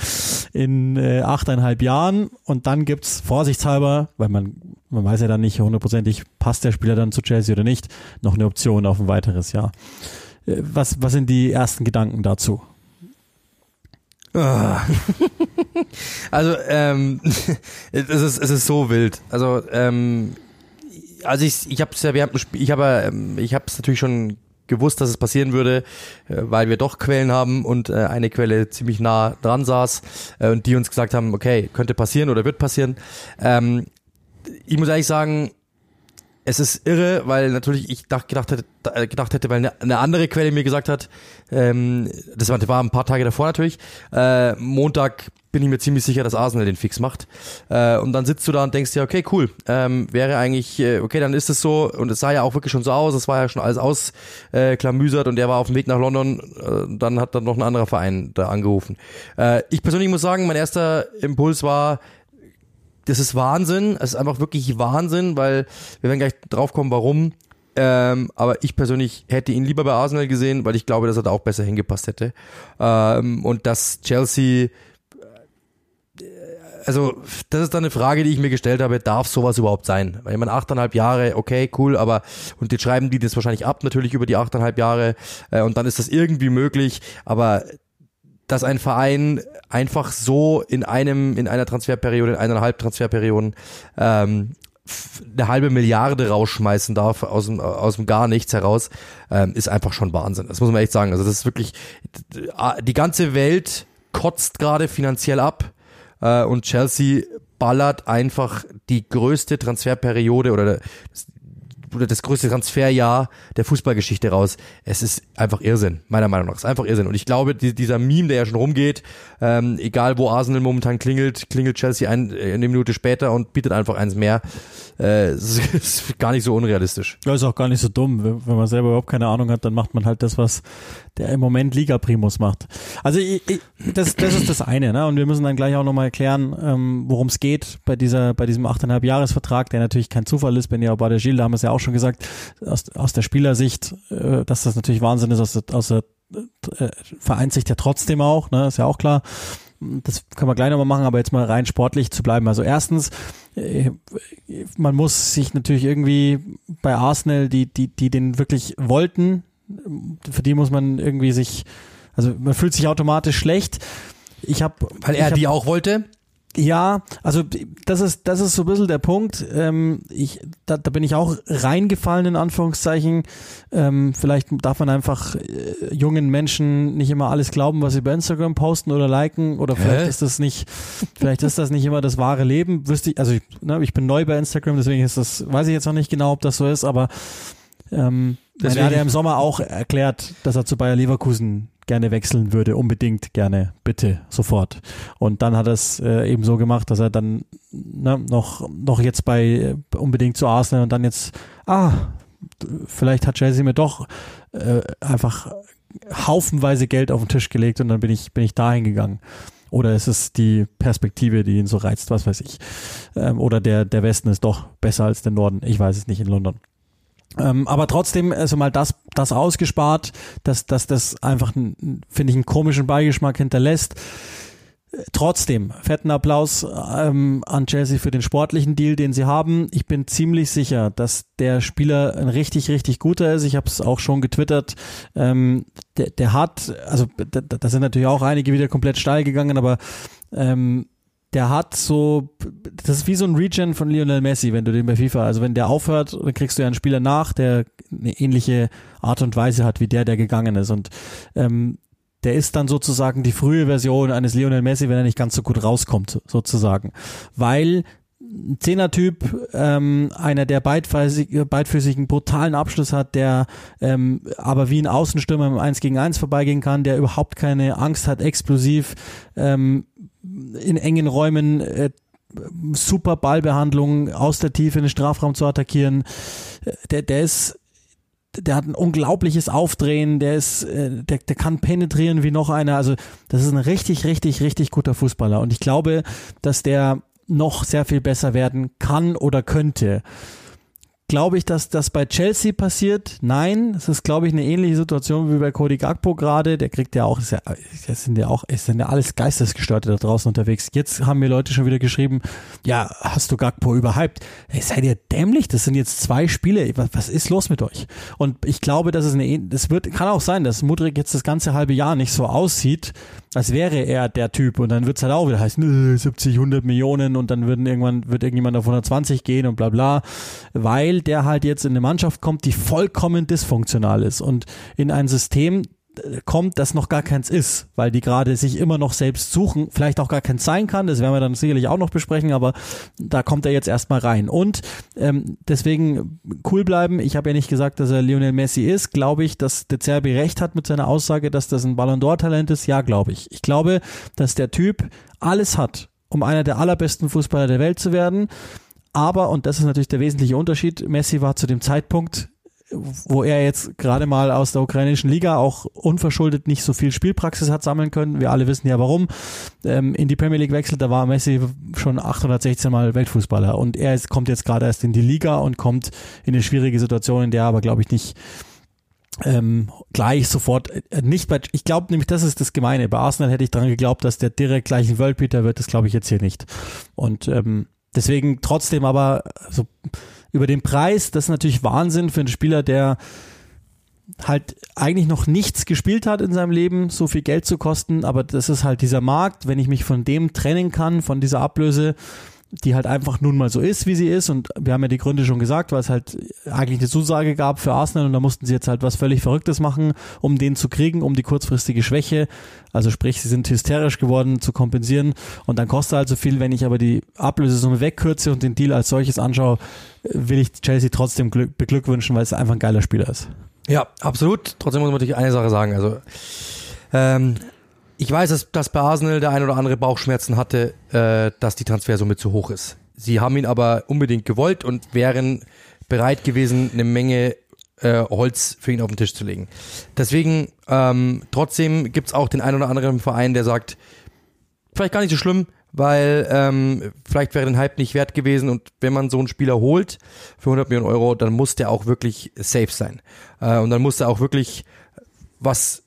in 8,5 Jahren. Und dann gibt's vorsichtshalber, weil man weiß ja dann nicht hundertprozentig, passt der Spieler dann zu Chelsea oder nicht, noch eine Option auf ein weiteres Jahr. Was sind die ersten Gedanken dazu? Also, es ist so wild. Also, ich habe es natürlich schon gewusst, dass es passieren würde, weil wir doch Quellen haben und eine Quelle ziemlich nah dran saß und die uns gesagt haben, okay, könnte passieren oder wird passieren. Ich muss ehrlich sagen, es ist irre, weil natürlich ich gedacht hätte, weil eine andere Quelle mir gesagt hat, das war ein paar Tage davor natürlich, Montag bin ich mir ziemlich sicher, dass Arsenal den Fix macht. Und dann sitzt du da und denkst dir, okay, cool, wäre eigentlich, okay, dann ist es so. Und es sah ja auch wirklich schon so aus, es war ja schon alles ausklamüsert und der war auf dem Weg nach London. Dann hat dann noch ein anderer Verein da angerufen. Ich persönlich muss sagen, mein erster Impuls war, das ist Wahnsinn, es ist einfach wirklich Wahnsinn, weil wir werden gleich drauf kommen, warum. Aber ich persönlich hätte ihn lieber bei Arsenal gesehen, weil ich glaube, dass er da auch besser hingepasst hätte. Und dass Chelsea also das ist dann eine Frage, die ich mir gestellt habe, darf sowas überhaupt sein? Weil ich meine, 8,5 Jahre, okay, cool, aber und jetzt schreiben die das wahrscheinlich ab, natürlich über die 8,5 Jahre und dann ist das irgendwie möglich, aber dass ein Verein einfach so in einer Transferperiode, in 1,5 Transferperioden eine halbe Milliarde rausschmeißen darf aus dem gar nichts heraus, ist einfach schon Wahnsinn. Das muss man echt sagen. Also das ist wirklich, die ganze Welt kotzt gerade finanziell ab und Chelsea ballert einfach die größte Transferperiode oder das größte Transferjahr der Fußballgeschichte raus. Es ist einfach Irrsinn, meiner Meinung nach. Es ist einfach Irrsinn. Und ich glaube, dieser Meme, der ja schon rumgeht, egal wo Arsenal momentan klingelt Chelsea eine Minute später und bietet einfach eins mehr. Es ist gar nicht so unrealistisch. Ja, ist auch gar nicht so dumm. Wenn man selber überhaupt keine Ahnung hat, dann macht man halt das, was der im Moment Liga Primus macht. Also das ist das eine, ne? Und wir müssen dann gleich auch nochmal erklären, worum es geht bei diesem 8,5 Jahresvertrag, der natürlich kein Zufall ist. Benny Aubade-Gil, da haben wir es ja auch schon gesagt, aus der Spielersicht, dass das natürlich Wahnsinn ist, aus der Vereinssicht ja trotzdem auch, ne? Ist ja auch klar. Das können wir gleich nochmal machen, aber jetzt mal rein sportlich zu bleiben. Also erstens, man muss sich natürlich irgendwie bei Arsenal, die den wirklich wollten, für die muss man irgendwie also man fühlt sich automatisch schlecht. Weil er die auch wollte? Ja, also das ist so ein bisschen der Punkt. Da bin ich auch reingefallen, in Anführungszeichen. Vielleicht darf man einfach jungen Menschen nicht immer alles glauben, was sie bei Instagram posten oder liken, oder vielleicht ist das nicht immer das wahre Leben. Ich bin neu bei Instagram, deswegen weiß ich jetzt noch nicht genau, ob das so ist, aber er hat ja im Sommer auch erklärt, dass er zu Bayer Leverkusen gerne wechseln würde, unbedingt gerne, bitte, sofort. Und dann hat er es eben so gemacht, dass er dann noch jetzt unbedingt zu Arsenal und dann jetzt, vielleicht hat Chelsea mir doch einfach haufenweise Geld auf den Tisch gelegt und dann bin ich dahin gegangen. Oder ist es die Perspektive, die ihn so reizt, was weiß ich. Oder der Westen ist doch besser als der Norden, ich weiß es nicht, in London. Aber trotzdem, also mal das ausgespart, dass das einfach, finde ich, einen komischen Beigeschmack hinterlässt. Trotzdem, fetten Applaus an Chelsea für den sportlichen Deal, den sie haben. Ich bin ziemlich sicher, dass der Spieler ein richtig, richtig guter ist. Ich habe es auch schon getwittert. Der hat, also da sind natürlich auch einige wieder komplett steil gegangen, aber der hat so, das ist wie so ein Regen von Lionel Messi, wenn du den bei FIFA, also wenn der aufhört, dann kriegst du ja einen Spieler nach, der eine ähnliche Art und Weise hat wie der gegangen ist, und der ist dann sozusagen die frühe Version eines Lionel Messi, wenn er nicht ganz so gut rauskommt, sozusagen, weil ein Zehner-Typ, einer, der beidfüßigen brutalen Abschluss hat, der aber wie ein Außenstürmer im 1 gegen 1 vorbeigehen kann, der überhaupt keine Angst hat, explosiv, in engen Räumen super Ballbehandlung aus der Tiefe in den Strafraum zu attackieren. Der hat ein unglaubliches Aufdrehen, der kann penetrieren wie noch einer. Also das ist ein richtig, richtig, richtig guter Fußballer. Und ich glaube, dass der noch sehr viel besser werden kann oder könnte. Glaube ich, dass das bei Chelsea passiert? Nein, es ist, glaube ich, eine ähnliche Situation wie bei Cody Gakpo gerade. Der kriegt ja auch, es sind ja alles Geistesgestörte da draußen unterwegs. Jetzt haben mir Leute schon wieder geschrieben, ja, hast du Gakpo überhyped? Hey, seid ihr dämlich? Das sind jetzt 2 Spiele. Was ist los mit euch? Und ich glaube, dass kann auch sein, dass Mudryk jetzt das ganze halbe Jahr nicht so aussieht, als wäre er der Typ, und dann wird es halt auch wieder heißen, 70, 100 Millionen und dann wird irgendjemand auf 120 gehen und bla bla, weil der halt jetzt in eine Mannschaft kommt, die vollkommen dysfunktional ist und in ein System kommt, das noch gar keins ist, weil die gerade sich immer noch selbst suchen, vielleicht auch gar keins sein kann, das werden wir dann sicherlich auch noch besprechen, aber da kommt er jetzt erstmal rein. Und deswegen cool bleiben. Ich habe ja nicht gesagt, dass er Lionel Messi ist. Glaube ich, dass De Zerbi recht hat mit seiner Aussage, dass das ein Ballon d'Or-Talent ist? Ja, glaube ich. Ich glaube, dass der Typ alles hat, um einer der allerbesten Fußballer der Welt zu werden. Aber, und das ist natürlich der wesentliche Unterschied, Messi war zu dem Zeitpunkt, wo er jetzt gerade mal aus der ukrainischen Liga auch unverschuldet nicht so viel Spielpraxis hat sammeln können. Wir alle wissen ja warum. In die Premier League wechselt, da war Messi schon 816 Mal Weltfußballer, und kommt jetzt gerade erst in die Liga und kommt in eine schwierige Situation, in der er aber, glaube ich, nicht gleich sofort nicht bei, ich glaube nämlich, das ist das Gemeine. Bei Arsenal hätte ich dran geglaubt, dass der direkt gleich ein Worldbeater wird, das glaube ich jetzt hier nicht. Und deswegen trotzdem aber so über den Preis, das ist natürlich Wahnsinn für einen Spieler, der halt eigentlich noch nichts gespielt hat in seinem Leben, so viel Geld zu kosten, aber das ist halt dieser Markt, wenn ich mich von dem trennen kann, von dieser Ablöse, die halt einfach nun mal so ist, wie sie ist, und wir haben ja die Gründe schon gesagt, weil es halt eigentlich eine Zusage gab für Arsenal und da mussten sie jetzt halt was völlig Verrücktes machen, um den zu kriegen, um die kurzfristige Schwäche, also sprich, sie sind hysterisch geworden, zu kompensieren, und dann kostet halt so viel. Wenn ich aber die Ablösesumme wegkürze und den Deal als solches anschaue, will ich Chelsea trotzdem beglückwünschen, weil es einfach ein geiler Spieler ist. Ja, absolut. Trotzdem muss man natürlich eine Sache sagen, also ich weiß, dass bei Arsenal der ein oder andere Bauchschmerzen hatte, dass die Transfersumme zu hoch ist. Sie haben ihn aber unbedingt gewollt und wären bereit gewesen, eine Menge Holz für ihn auf den Tisch zu legen. Deswegen, trotzdem gibt's auch den ein oder anderen Verein, der sagt, vielleicht gar nicht so schlimm, weil vielleicht wäre den Hype nicht wert gewesen, und wenn man so einen Spieler holt für 100 Millionen Euro, dann muss der auch wirklich safe sein. Und dann muss der auch wirklich was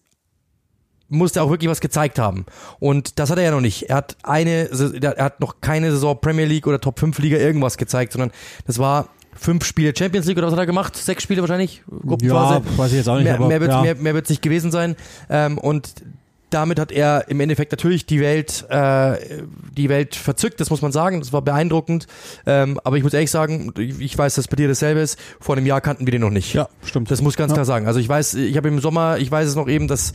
gezeigt haben. Und das hat er ja noch nicht. Er hat noch keine Saison Premier League oder Top 5 Liga irgendwas gezeigt, sondern das war 5 Spiele Champions League, oder was hat er gemacht? 6 Spiele wahrscheinlich? Ja, weiß ich jetzt auch nicht. Mehr wird's nicht gewesen sein. Und damit hat er im Endeffekt natürlich die Welt verzückt, das muss man sagen, das war beeindruckend, aber ich muss ehrlich sagen, ich weiß, dass bei dir dasselbe ist, vor einem Jahr kannten wir den noch nicht. Ja, stimmt. Das muss ich ganz klar sagen. Also ich weiß es noch eben, dass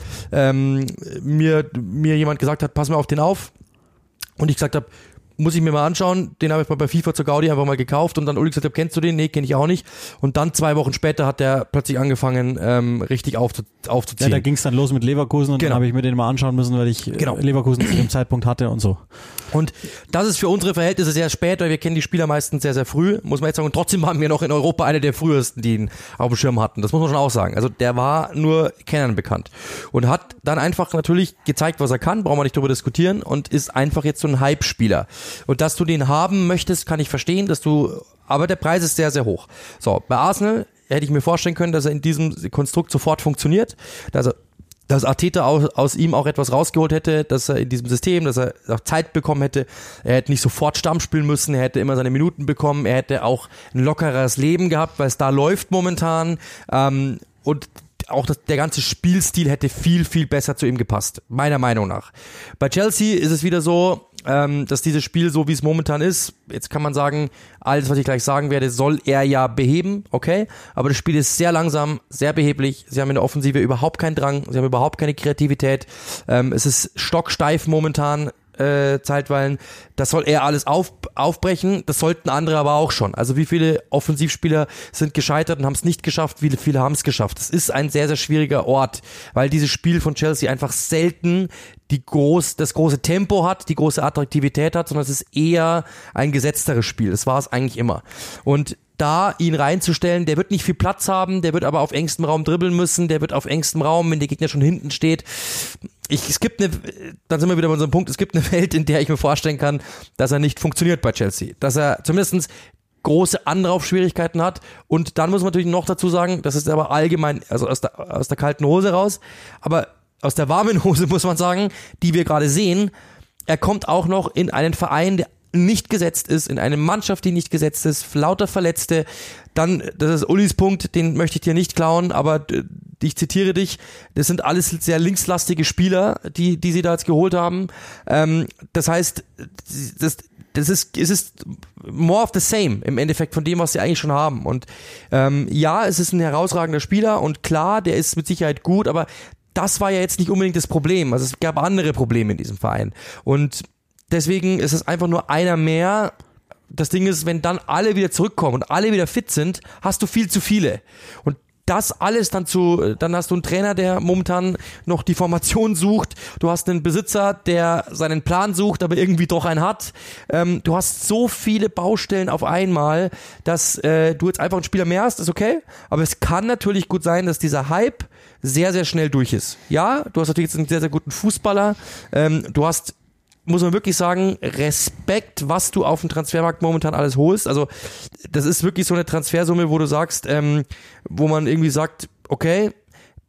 mir jemand gesagt hat, pass mal auf den auf, und ich gesagt habe, muss ich mir mal anschauen, den habe ich bei FIFA zur Gaudi einfach mal gekauft, und dann Uli gesagt habe, kennst du den? Nee, kenne ich auch nicht. Und dann 2 Wochen später hat der plötzlich angefangen, richtig aufzuziehen. Ja, da ging es dann los mit Leverkusen, und dann habe ich mir den mal anschauen müssen, weil ich Leverkusen zu dem Zeitpunkt hatte und so. Und das ist für unsere Verhältnisse sehr spät, weil wir kennen die Spieler meistens sehr, sehr früh, muss man jetzt sagen. Und trotzdem waren wir noch in Europa eine der frühesten, die ihn auf dem Schirm hatten. Das muss man schon auch sagen. Also der war nur Kennern bekannt und hat dann einfach natürlich gezeigt, was er kann, brauchen wir nicht drüber diskutieren, und ist einfach jetzt so ein Hype-Spieler. Und dass du den haben möchtest, kann ich verstehen, aber der Preis ist sehr, sehr hoch. So, bei Arsenal hätte ich mir vorstellen können, dass er in diesem Konstrukt sofort funktioniert, dass Arteta aus ihm auch etwas rausgeholt hätte, dass er in diesem System, dass er auch Zeit bekommen hätte. Er hätte nicht sofort Stamm spielen müssen, er hätte immer seine Minuten bekommen, er hätte auch ein lockeres Leben gehabt, weil es da läuft momentan, und auch der ganze Spielstil hätte viel, viel besser zu ihm gepasst, meiner Meinung nach. Bei Chelsea ist es wieder so, dass dieses Spiel, so wie es momentan ist, jetzt kann man sagen, alles, was ich gleich sagen werde, soll er ja beheben, okay, aber das Spiel ist sehr langsam, sehr beheblich, sie haben in der Offensive überhaupt keinen Drang, sie haben überhaupt keine Kreativität, es ist stocksteif momentan, zeitweilen, das soll er alles aufbrechen, das sollten andere aber auch schon. Also wie viele Offensivspieler sind gescheitert und haben es nicht geschafft, wie viele haben es geschafft. Es ist ein sehr, sehr schwieriger Ort, weil dieses Spiel von Chelsea einfach selten das große Tempo hat, die große Attraktivität hat, sondern es ist eher ein gesetzteres Spiel. Das war es eigentlich immer. Und da ihn reinzustellen, der wird nicht viel Platz haben, der wird aber auf engstem Raum dribbeln müssen, der wird auf engstem Raum, wenn der Gegner schon hinten steht. Dann sind wir wieder bei unserem Punkt, es gibt eine Welt, in der ich mir vorstellen kann, dass er nicht funktioniert bei Chelsea. Dass er zumindest große Anlaufschwierigkeiten hat, und dann muss man natürlich noch dazu sagen, das ist aber allgemein, also aus der kalten Hose raus, aber aus der warmen Hose muss man sagen, die wir gerade sehen, er kommt auch noch in einen Verein, der nicht gesetzt ist, in eine Mannschaft, die nicht gesetzt ist, lauter Verletzte, dann, das ist Ulis Punkt, den möchte ich dir nicht klauen, aber ich zitiere dich, das sind alles sehr linkslastige Spieler, die sie da jetzt geholt haben, das heißt, es ist more of the same im Endeffekt von dem, was sie eigentlich schon haben, und ja, es ist ein herausragender Spieler, und klar, der ist mit Sicherheit gut, aber das war ja jetzt nicht unbedingt das Problem, also es gab andere Probleme in diesem Verein, und deswegen ist es einfach nur einer mehr. Das Ding ist, wenn dann alle wieder zurückkommen und alle wieder fit sind, hast du viel zu viele. Und das alles dann hast du einen Trainer, der momentan noch die Formation sucht. Du hast einen Besitzer, der seinen Plan sucht, aber irgendwie doch einen hat. Du hast so viele Baustellen auf einmal, dass du jetzt einfach einen Spieler mehr hast, ist okay. Aber es kann natürlich gut sein, dass dieser Hype sehr, sehr schnell durch ist. Ja, du hast natürlich jetzt einen sehr, sehr guten Fußballer. Du hast, muss man wirklich sagen, Respekt, was du auf dem Transfermarkt momentan alles holst. Also das ist wirklich so eine Transfersumme, wo du sagst, wo man irgendwie sagt, okay,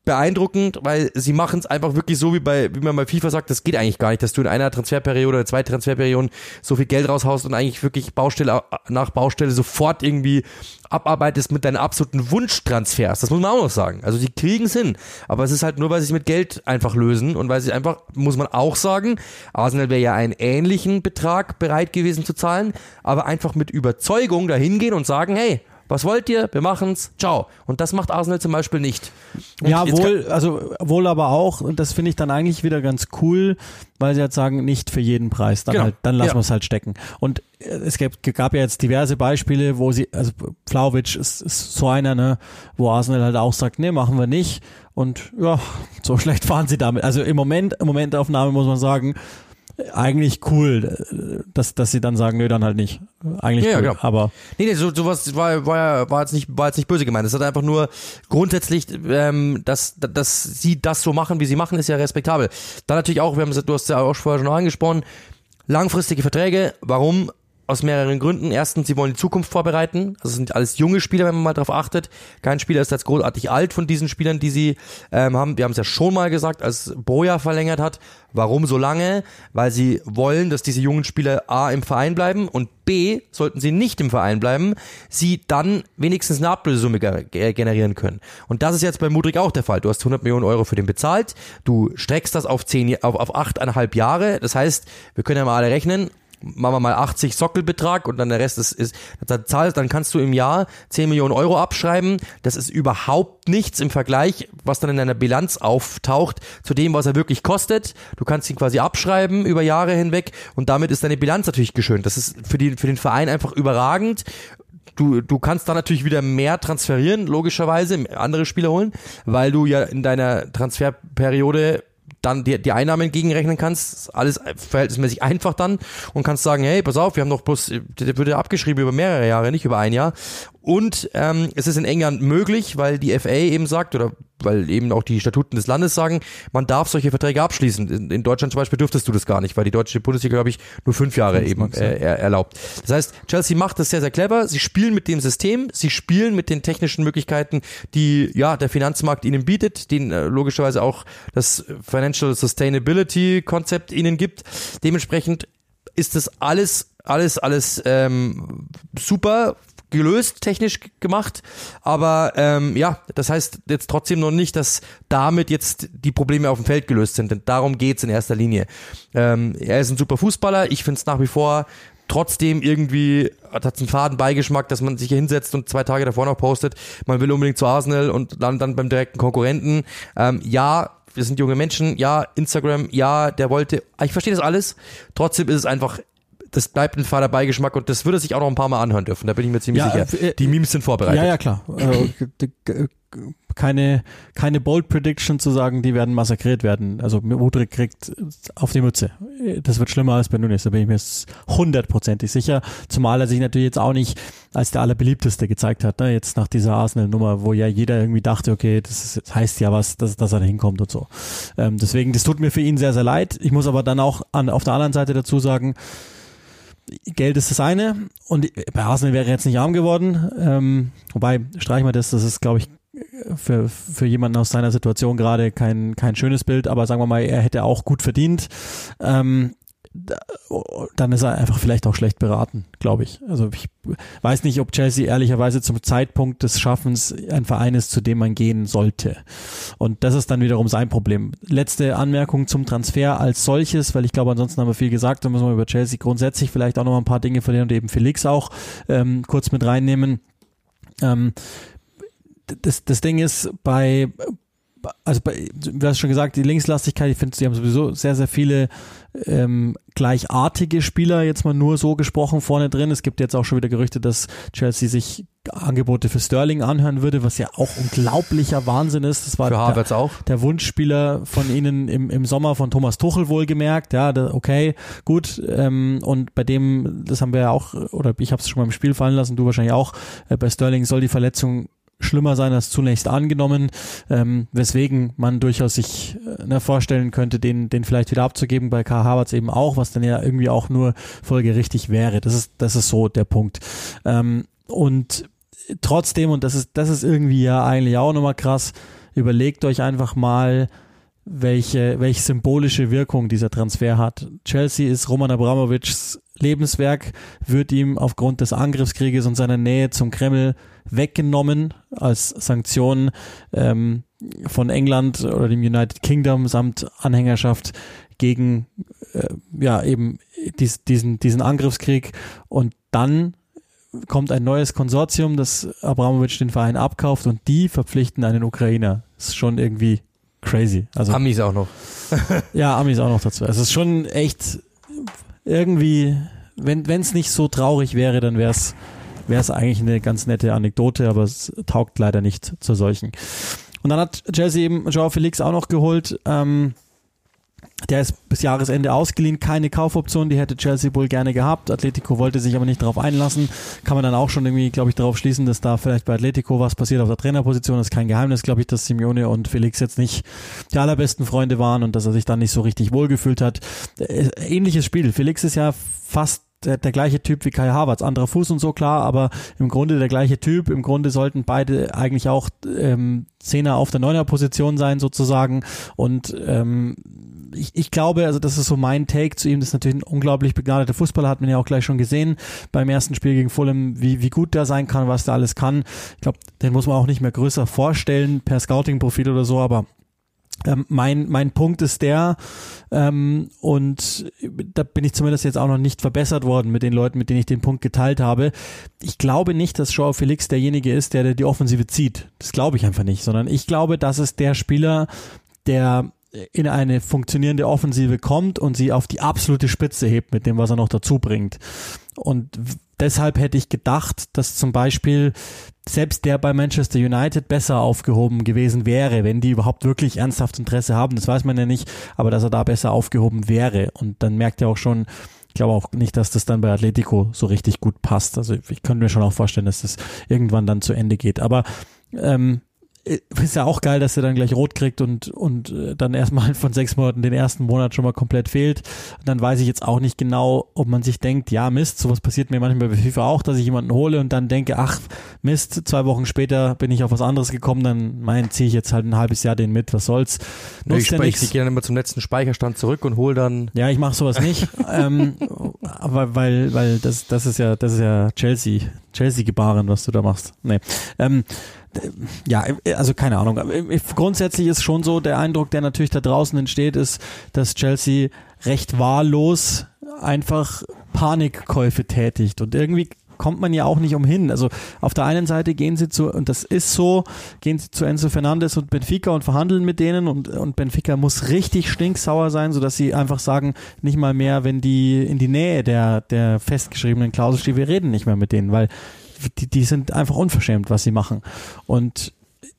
beeindruckend, weil sie machen es einfach wirklich so, wie man bei FIFA sagt, das geht eigentlich gar nicht, dass du in einer Transferperiode oder 2 Transferperioden so viel Geld raushaust und eigentlich wirklich Baustelle nach Baustelle sofort irgendwie abarbeitest mit deinen absoluten Wunschtransfers. Das muss man auch noch sagen. Also die kriegen es hin, aber es ist halt nur, weil sie es mit Geld einfach lösen und weil sie einfach, muss man auch sagen, Arsenal wäre ja einen ähnlichen Betrag bereit gewesen zu zahlen, aber einfach mit Überzeugung dahin gehen und sagen, hey, was wollt ihr? Wir machen's. Ciao. Und das macht Arsenal zum Beispiel nicht. Und ja, wohl aber auch, und das finde ich dann eigentlich wieder ganz cool, weil sie halt sagen, nicht für jeden Preis, dann, genau. Dann lassen wir es halt stecken. Und es gab ja jetzt diverse Beispiele, wo sie, also Vlahovic ist so einer, ne, wo Arsenal halt auch sagt, nee, machen wir nicht. Und ja, so schlecht fahren sie damit. Also im Momentaufnahme muss man sagen, eigentlich cool, dass sie dann sagen, nö, dann halt nicht. Eigentlich cool, genau. Aber nee, sowas war jetzt nicht böse gemeint. Es hat einfach nur grundsätzlich, dass sie das so machen, wie sie machen, ist ja respektabel. Dann natürlich auch, du hast ja auch vorher schon angesprochen, langfristige Verträge. Warum? Aus mehreren Gründen. Erstens, sie wollen die Zukunft vorbereiten. Also es sind alles junge Spieler, wenn man mal drauf achtet. Kein Spieler ist jetzt großartig alt von diesen Spielern, die sie haben. Wir haben es ja schon mal gesagt, als Boja verlängert hat. Warum so lange? Weil sie wollen, dass diese jungen Spieler A im Verein bleiben und B, sollten sie nicht im Verein bleiben, sie dann wenigstens eine Ablösesumme generieren können. Und das ist jetzt bei Mudryk auch der Fall. Du hast 100 Millionen Euro für den bezahlt. Du streckst das auf 8,5 Jahre. Das heißt, wir können ja mal alle rechnen, machen wir mal 80 Sockelbetrag und dann der Rest ist dann kannst du im Jahr 10 Millionen Euro abschreiben. Das ist überhaupt nichts im Vergleich, was dann in deiner Bilanz auftaucht, zu dem, was er wirklich kostet. Du kannst ihn quasi abschreiben über Jahre hinweg und damit ist deine Bilanz natürlich geschönt. Das ist für den Verein einfach überragend. Du kannst da natürlich wieder mehr transferieren, logischerweise, andere Spieler holen, weil du ja in deiner Transferperiode dann die Einnahmen gegenrechnen kannst, alles verhältnismäßig einfach dann und kannst sagen, hey, pass auf, wir haben noch bloß, der wird ja abgeschrieben über mehrere Jahre, nicht über ein Jahr. Und es ist in England möglich, weil die FA eben sagt, oder weil eben auch die Statuten des Landes sagen, man darf solche Verträge abschließen. In Deutschland zum Beispiel dürftest du das gar nicht, weil die deutsche Bundesliga, glaube ich, nur 5 Jahre eben erlaubt. Das heißt, Chelsea macht das sehr, sehr clever. Sie spielen mit dem System, sie spielen mit den technischen Möglichkeiten, die ja der Finanzmarkt ihnen bietet, den logischerweise auch das Financial Sustainability Konzept ihnen gibt. Dementsprechend ist das alles super gelöst, technisch gemacht, aber das heißt jetzt trotzdem noch nicht, dass damit jetzt die Probleme auf dem Feld gelöst sind, denn darum geht's in erster Linie. Er ist ein super Fußballer, ich finde es nach wie vor trotzdem irgendwie, hat es einen faden Beigeschmack, dass man sich hier hinsetzt und 2 Tage davor noch postet, man will unbedingt zu Arsenal und dann beim direkten Konkurrenten. Wir sind junge Menschen, ja, Instagram, ja, der wollte, ich verstehe das alles, trotzdem ist es einfach, das bleibt ein fader Beigeschmack und das würde sich auch noch ein paar Mal anhören dürfen, da bin ich mir ziemlich sicher. Die Memes sind vorbereitet. Ja, klar. Keine Bold Prediction zu sagen, die werden massakriert werden. Also Mudryk kriegt auf die Mütze. Das wird schlimmer als bei Nunes, da bin ich mir 100%ig sicher. Zumal er sich natürlich jetzt auch nicht als der allerbeliebteste gezeigt hat, ne? Jetzt nach dieser Arsenal-Nummer, wo ja jeder irgendwie dachte, okay, das heißt ja was, dass er da hinkommt und so. Deswegen, das tut mir für ihn sehr, sehr leid. Ich muss aber dann auch auf der anderen Seite dazu sagen, Geld ist das eine und bei Arsenal wäre er jetzt nicht arm geworden, wobei, streichen wir das ist, glaube ich, für jemanden aus seiner Situation gerade kein schönes Bild, aber sagen wir mal, er hätte auch gut verdient, dann ist er einfach vielleicht auch schlecht beraten, glaube ich. Also ich weiß nicht, ob Chelsea ehrlicherweise zum Zeitpunkt des Schaffens ein Verein ist, zu dem man gehen sollte. Und das ist dann wiederum sein Problem. Letzte Anmerkung zum Transfer als solches, weil ich glaube, ansonsten haben wir viel gesagt, da müssen wir über Chelsea grundsätzlich vielleicht auch noch mal ein paar Dinge verlieren und eben Felix auch kurz mit reinnehmen. Das Ding ist du hast schon gesagt, die Linkslastigkeit, ich finde, sie haben sowieso sehr, sehr viele gleichartige Spieler, jetzt mal nur so gesprochen, vorne drin. Es gibt jetzt auch schon wieder Gerüchte, dass Chelsea sich Angebote für Sterling anhören würde, was ja auch unglaublicher Wahnsinn ist. Das war für Havertz auch der Wunschspieler von ihnen im Sommer von Thomas Tuchel wohlgemerkt. Ja, okay, gut. Und bei dem, das haben wir ja auch, oder ich habe es schon mal im Spiel fallen lassen, du wahrscheinlich auch, bei Sterling soll die Verletzung schlimmer sein als zunächst angenommen, weswegen man durchaus sich vorstellen könnte, den vielleicht wieder abzugeben, bei Kai Havertz eben auch, was dann ja irgendwie auch nur folgerichtig wäre. Das ist so der Punkt. Und trotzdem, und das ist irgendwie ja eigentlich auch nochmal krass, überlegt euch einfach mal, welche symbolische Wirkung dieser Transfer hat. Chelsea ist Roman Abramovics Lebenswerk, wird ihm aufgrund des Angriffskrieges und seiner Nähe zum Kreml weggenommen als Sanktion von England oder dem United Kingdom samt Anhängerschaft gegen eben diesen Angriffskrieg, und dann kommt ein neues Konsortium, das Abramovic den Verein abkauft, und die verpflichten einen Ukrainer. Das ist schon irgendwie crazy. Also Amis auch noch. Ja, Amis auch noch dazu. Es ist schon echt irgendwie, wenn es nicht so traurig wäre, dann wäre es eigentlich eine ganz nette Anekdote, aber es taugt leider nicht zu solchen. Und dann hat Chelsea eben Joao Felix auch noch geholt. Der ist bis Jahresende ausgeliehen, keine Kaufoption, die hätte Chelsea wohl gerne gehabt. Atletico wollte sich aber nicht darauf einlassen. Kann man dann auch schon irgendwie, glaube ich, darauf schließen, dass da vielleicht bei Atletico was passiert auf der Trainerposition. Das ist kein Geheimnis, glaube ich, dass Simeone und Felix jetzt nicht die allerbesten Freunde waren und dass er sich dann nicht so richtig wohlgefühlt hat. Ähnliches Spiel. Felix ist ja fast der gleiche Typ wie Kai Havertz, anderer Fuß und so, klar, aber im Grunde der gleiche Typ. Im Grunde sollten beide eigentlich auch Zehner auf der Neuner-Position sein sozusagen, und ich glaube, also das ist so mein Take zu ihm, das ist natürlich ein unglaublich begnadeter Fußballer, hat man ja auch gleich schon gesehen beim ersten Spiel gegen Fulham, wie gut der sein kann, was der alles kann. Ich glaube, den muss man auch nicht mehr größer vorstellen per Scouting-Profil oder so, aber mein Punkt ist der, und da bin ich zumindest jetzt auch noch nicht verbessert worden mit den Leuten, mit denen ich den Punkt geteilt habe. Ich glaube nicht, dass Joao Felix derjenige ist, der die Offensive zieht. Das glaube ich einfach nicht, sondern ich glaube, das ist der Spieler, der in eine funktionierende Offensive kommt und sie auf die absolute Spitze hebt mit dem, was er noch dazu bringt. Und deshalb hätte ich gedacht, dass zum Beispiel selbst der bei Manchester United besser aufgehoben gewesen wäre, wenn die überhaupt wirklich ernsthaft Interesse haben. Das weiß man ja nicht, aber dass er da besser aufgehoben wäre. Und dann merkt er auch schon, ich glaube auch nicht, dass das dann bei Atletico so richtig gut passt. Also ich könnte mir schon auch vorstellen, dass das irgendwann dann zu Ende geht. Aber ist ja auch geil, dass er dann gleich rot kriegt und dann erstmal von 6 Monaten den ersten Monat schon mal komplett fehlt. Und dann weiß ich jetzt auch nicht genau, ob man sich denkt, ja Mist, sowas passiert mir manchmal bei FIFA auch, dass ich jemanden hole und dann denke, ach Mist, 2 Wochen später bin ich auf was anderes gekommen, dann ziehe ich jetzt halt ein halbes Jahr den mit, was soll's. Ich gehe dann immer zum letzten Speicherstand zurück und hole dann... Ja, ich mache sowas nicht, aber weil das ist ja Chelsea-Gebaren, was du da machst. Nee. Ja, also keine Ahnung. Grundsätzlich ist schon so der Eindruck, der natürlich da draußen entsteht, ist, dass Chelsea recht wahllos einfach Panikkäufe tätigt. Und irgendwie kommt man ja auch nicht umhin. Also auf der einen Seite gehen sie zu Enzo Fernandes und Benfica und verhandeln mit denen, und Benfica muss richtig stinksauer sein, sodass sie einfach sagen, nicht mal mehr, wenn die in die Nähe der festgeschriebenen Klausel stehen, wir reden nicht mehr mit denen, weil die sind einfach unverschämt, was sie machen. Und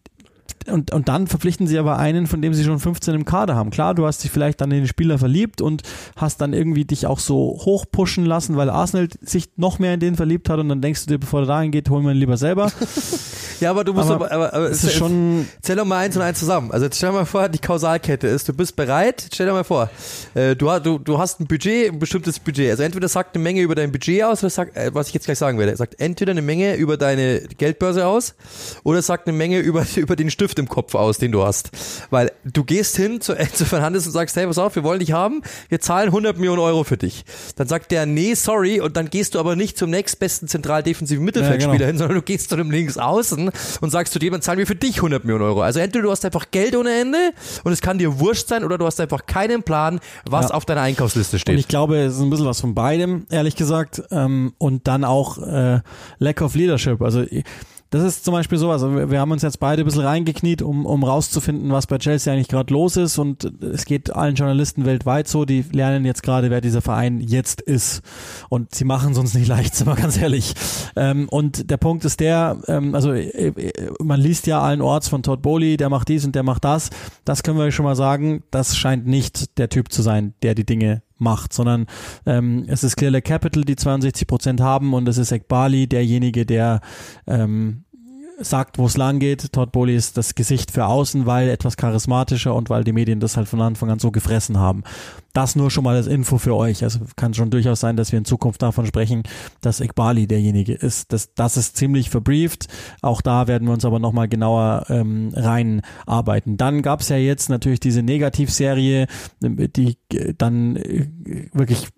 dann verpflichten sie aber einen, von dem sie schon 15 im Kader haben. Klar, du hast dich vielleicht dann in den Spieler verliebt und hast dann irgendwie dich auch so hochpushen lassen, weil Arsenal sich noch mehr in den verliebt hat, und dann denkst du dir, bevor der da hingeht, holen wir ihn lieber selber. Ja, aber du musst aber es ist schon... Zähl doch mal 1 und 1 zusammen. Also jetzt stell dir mal vor, die Kausalkette ist, du bist bereit, stell dir mal vor, du hast ein Budget, ein bestimmtes Budget. Also entweder sagt eine Menge über dein Budget aus, oder sagt, was ich jetzt gleich sagen werde, sagt entweder eine Menge über deine Geldbörse aus, oder sagt eine Menge über den Stift im Kopf aus, den du hast. Weil du gehst hin zu Fernandes und sagst, hey, pass auf, wir wollen dich haben, wir zahlen 100 Millionen Euro für dich. Dann sagt der, nee, sorry, und dann gehst du aber nicht zum nächstbesten zentral-defensiven Mittelfeldspieler hin, sondern du gehst zu dem Linksaußen und sagst zu dem, dann zahlen wir für dich 100 Millionen Euro. Also entweder du hast einfach Geld ohne Ende und es kann dir wurscht sein, oder du hast einfach keinen Plan, was auf deiner Einkaufsliste steht. Und ich glaube, es ist ein bisschen was von beidem, ehrlich gesagt. Und dann auch Lack of Leadership. Also das ist zum Beispiel sowas. Wir haben uns jetzt beide ein bisschen reingekniet, um rauszufinden, was bei Chelsea eigentlich gerade los ist, und es geht allen Journalisten weltweit so, die lernen jetzt gerade, wer dieser Verein jetzt ist, und sie machen es uns nicht leicht, sind wir ganz ehrlich. Und der Punkt ist der, also man liest ja allen Orts von Todd Boehly, der macht dies und der macht das. Das können wir schon mal sagen, das scheint nicht der Typ zu sein, der die Dinge macht, sondern es ist Clear Lake Capital, die 62% haben, und es ist Ekbali, derjenige, der sagt, wo es lang geht. Todd Boehly ist das Gesicht für außen, weil etwas charismatischer und weil die Medien das halt von Anfang an so gefressen haben. Das nur schon mal als Info für euch. Also kann schon durchaus sein, dass wir in Zukunft davon sprechen, dass Eghbali derjenige ist. Das ist ziemlich verbrieft. Auch da werden wir uns aber nochmal genauer reinarbeiten. Dann gab es ja jetzt natürlich diese Negativserie, die dann wirklich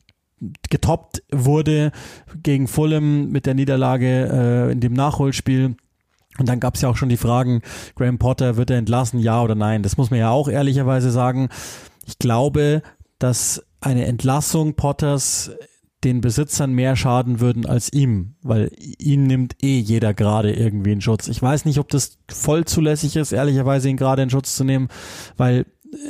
getoppt wurde gegen Fulham mit der Niederlage in dem Nachholspiel. Und dann gab es ja auch schon die Fragen, Graham Potter, wird er entlassen, ja oder nein? Das muss man ja auch ehrlicherweise sagen. Ich glaube, dass eine Entlassung Potters den Besitzern mehr schaden würden als ihm, weil ihn nimmt jeder gerade irgendwie in Schutz. Ich weiß nicht, ob das voll zulässig ist, ehrlicherweise ihn gerade in Schutz zu nehmen, weil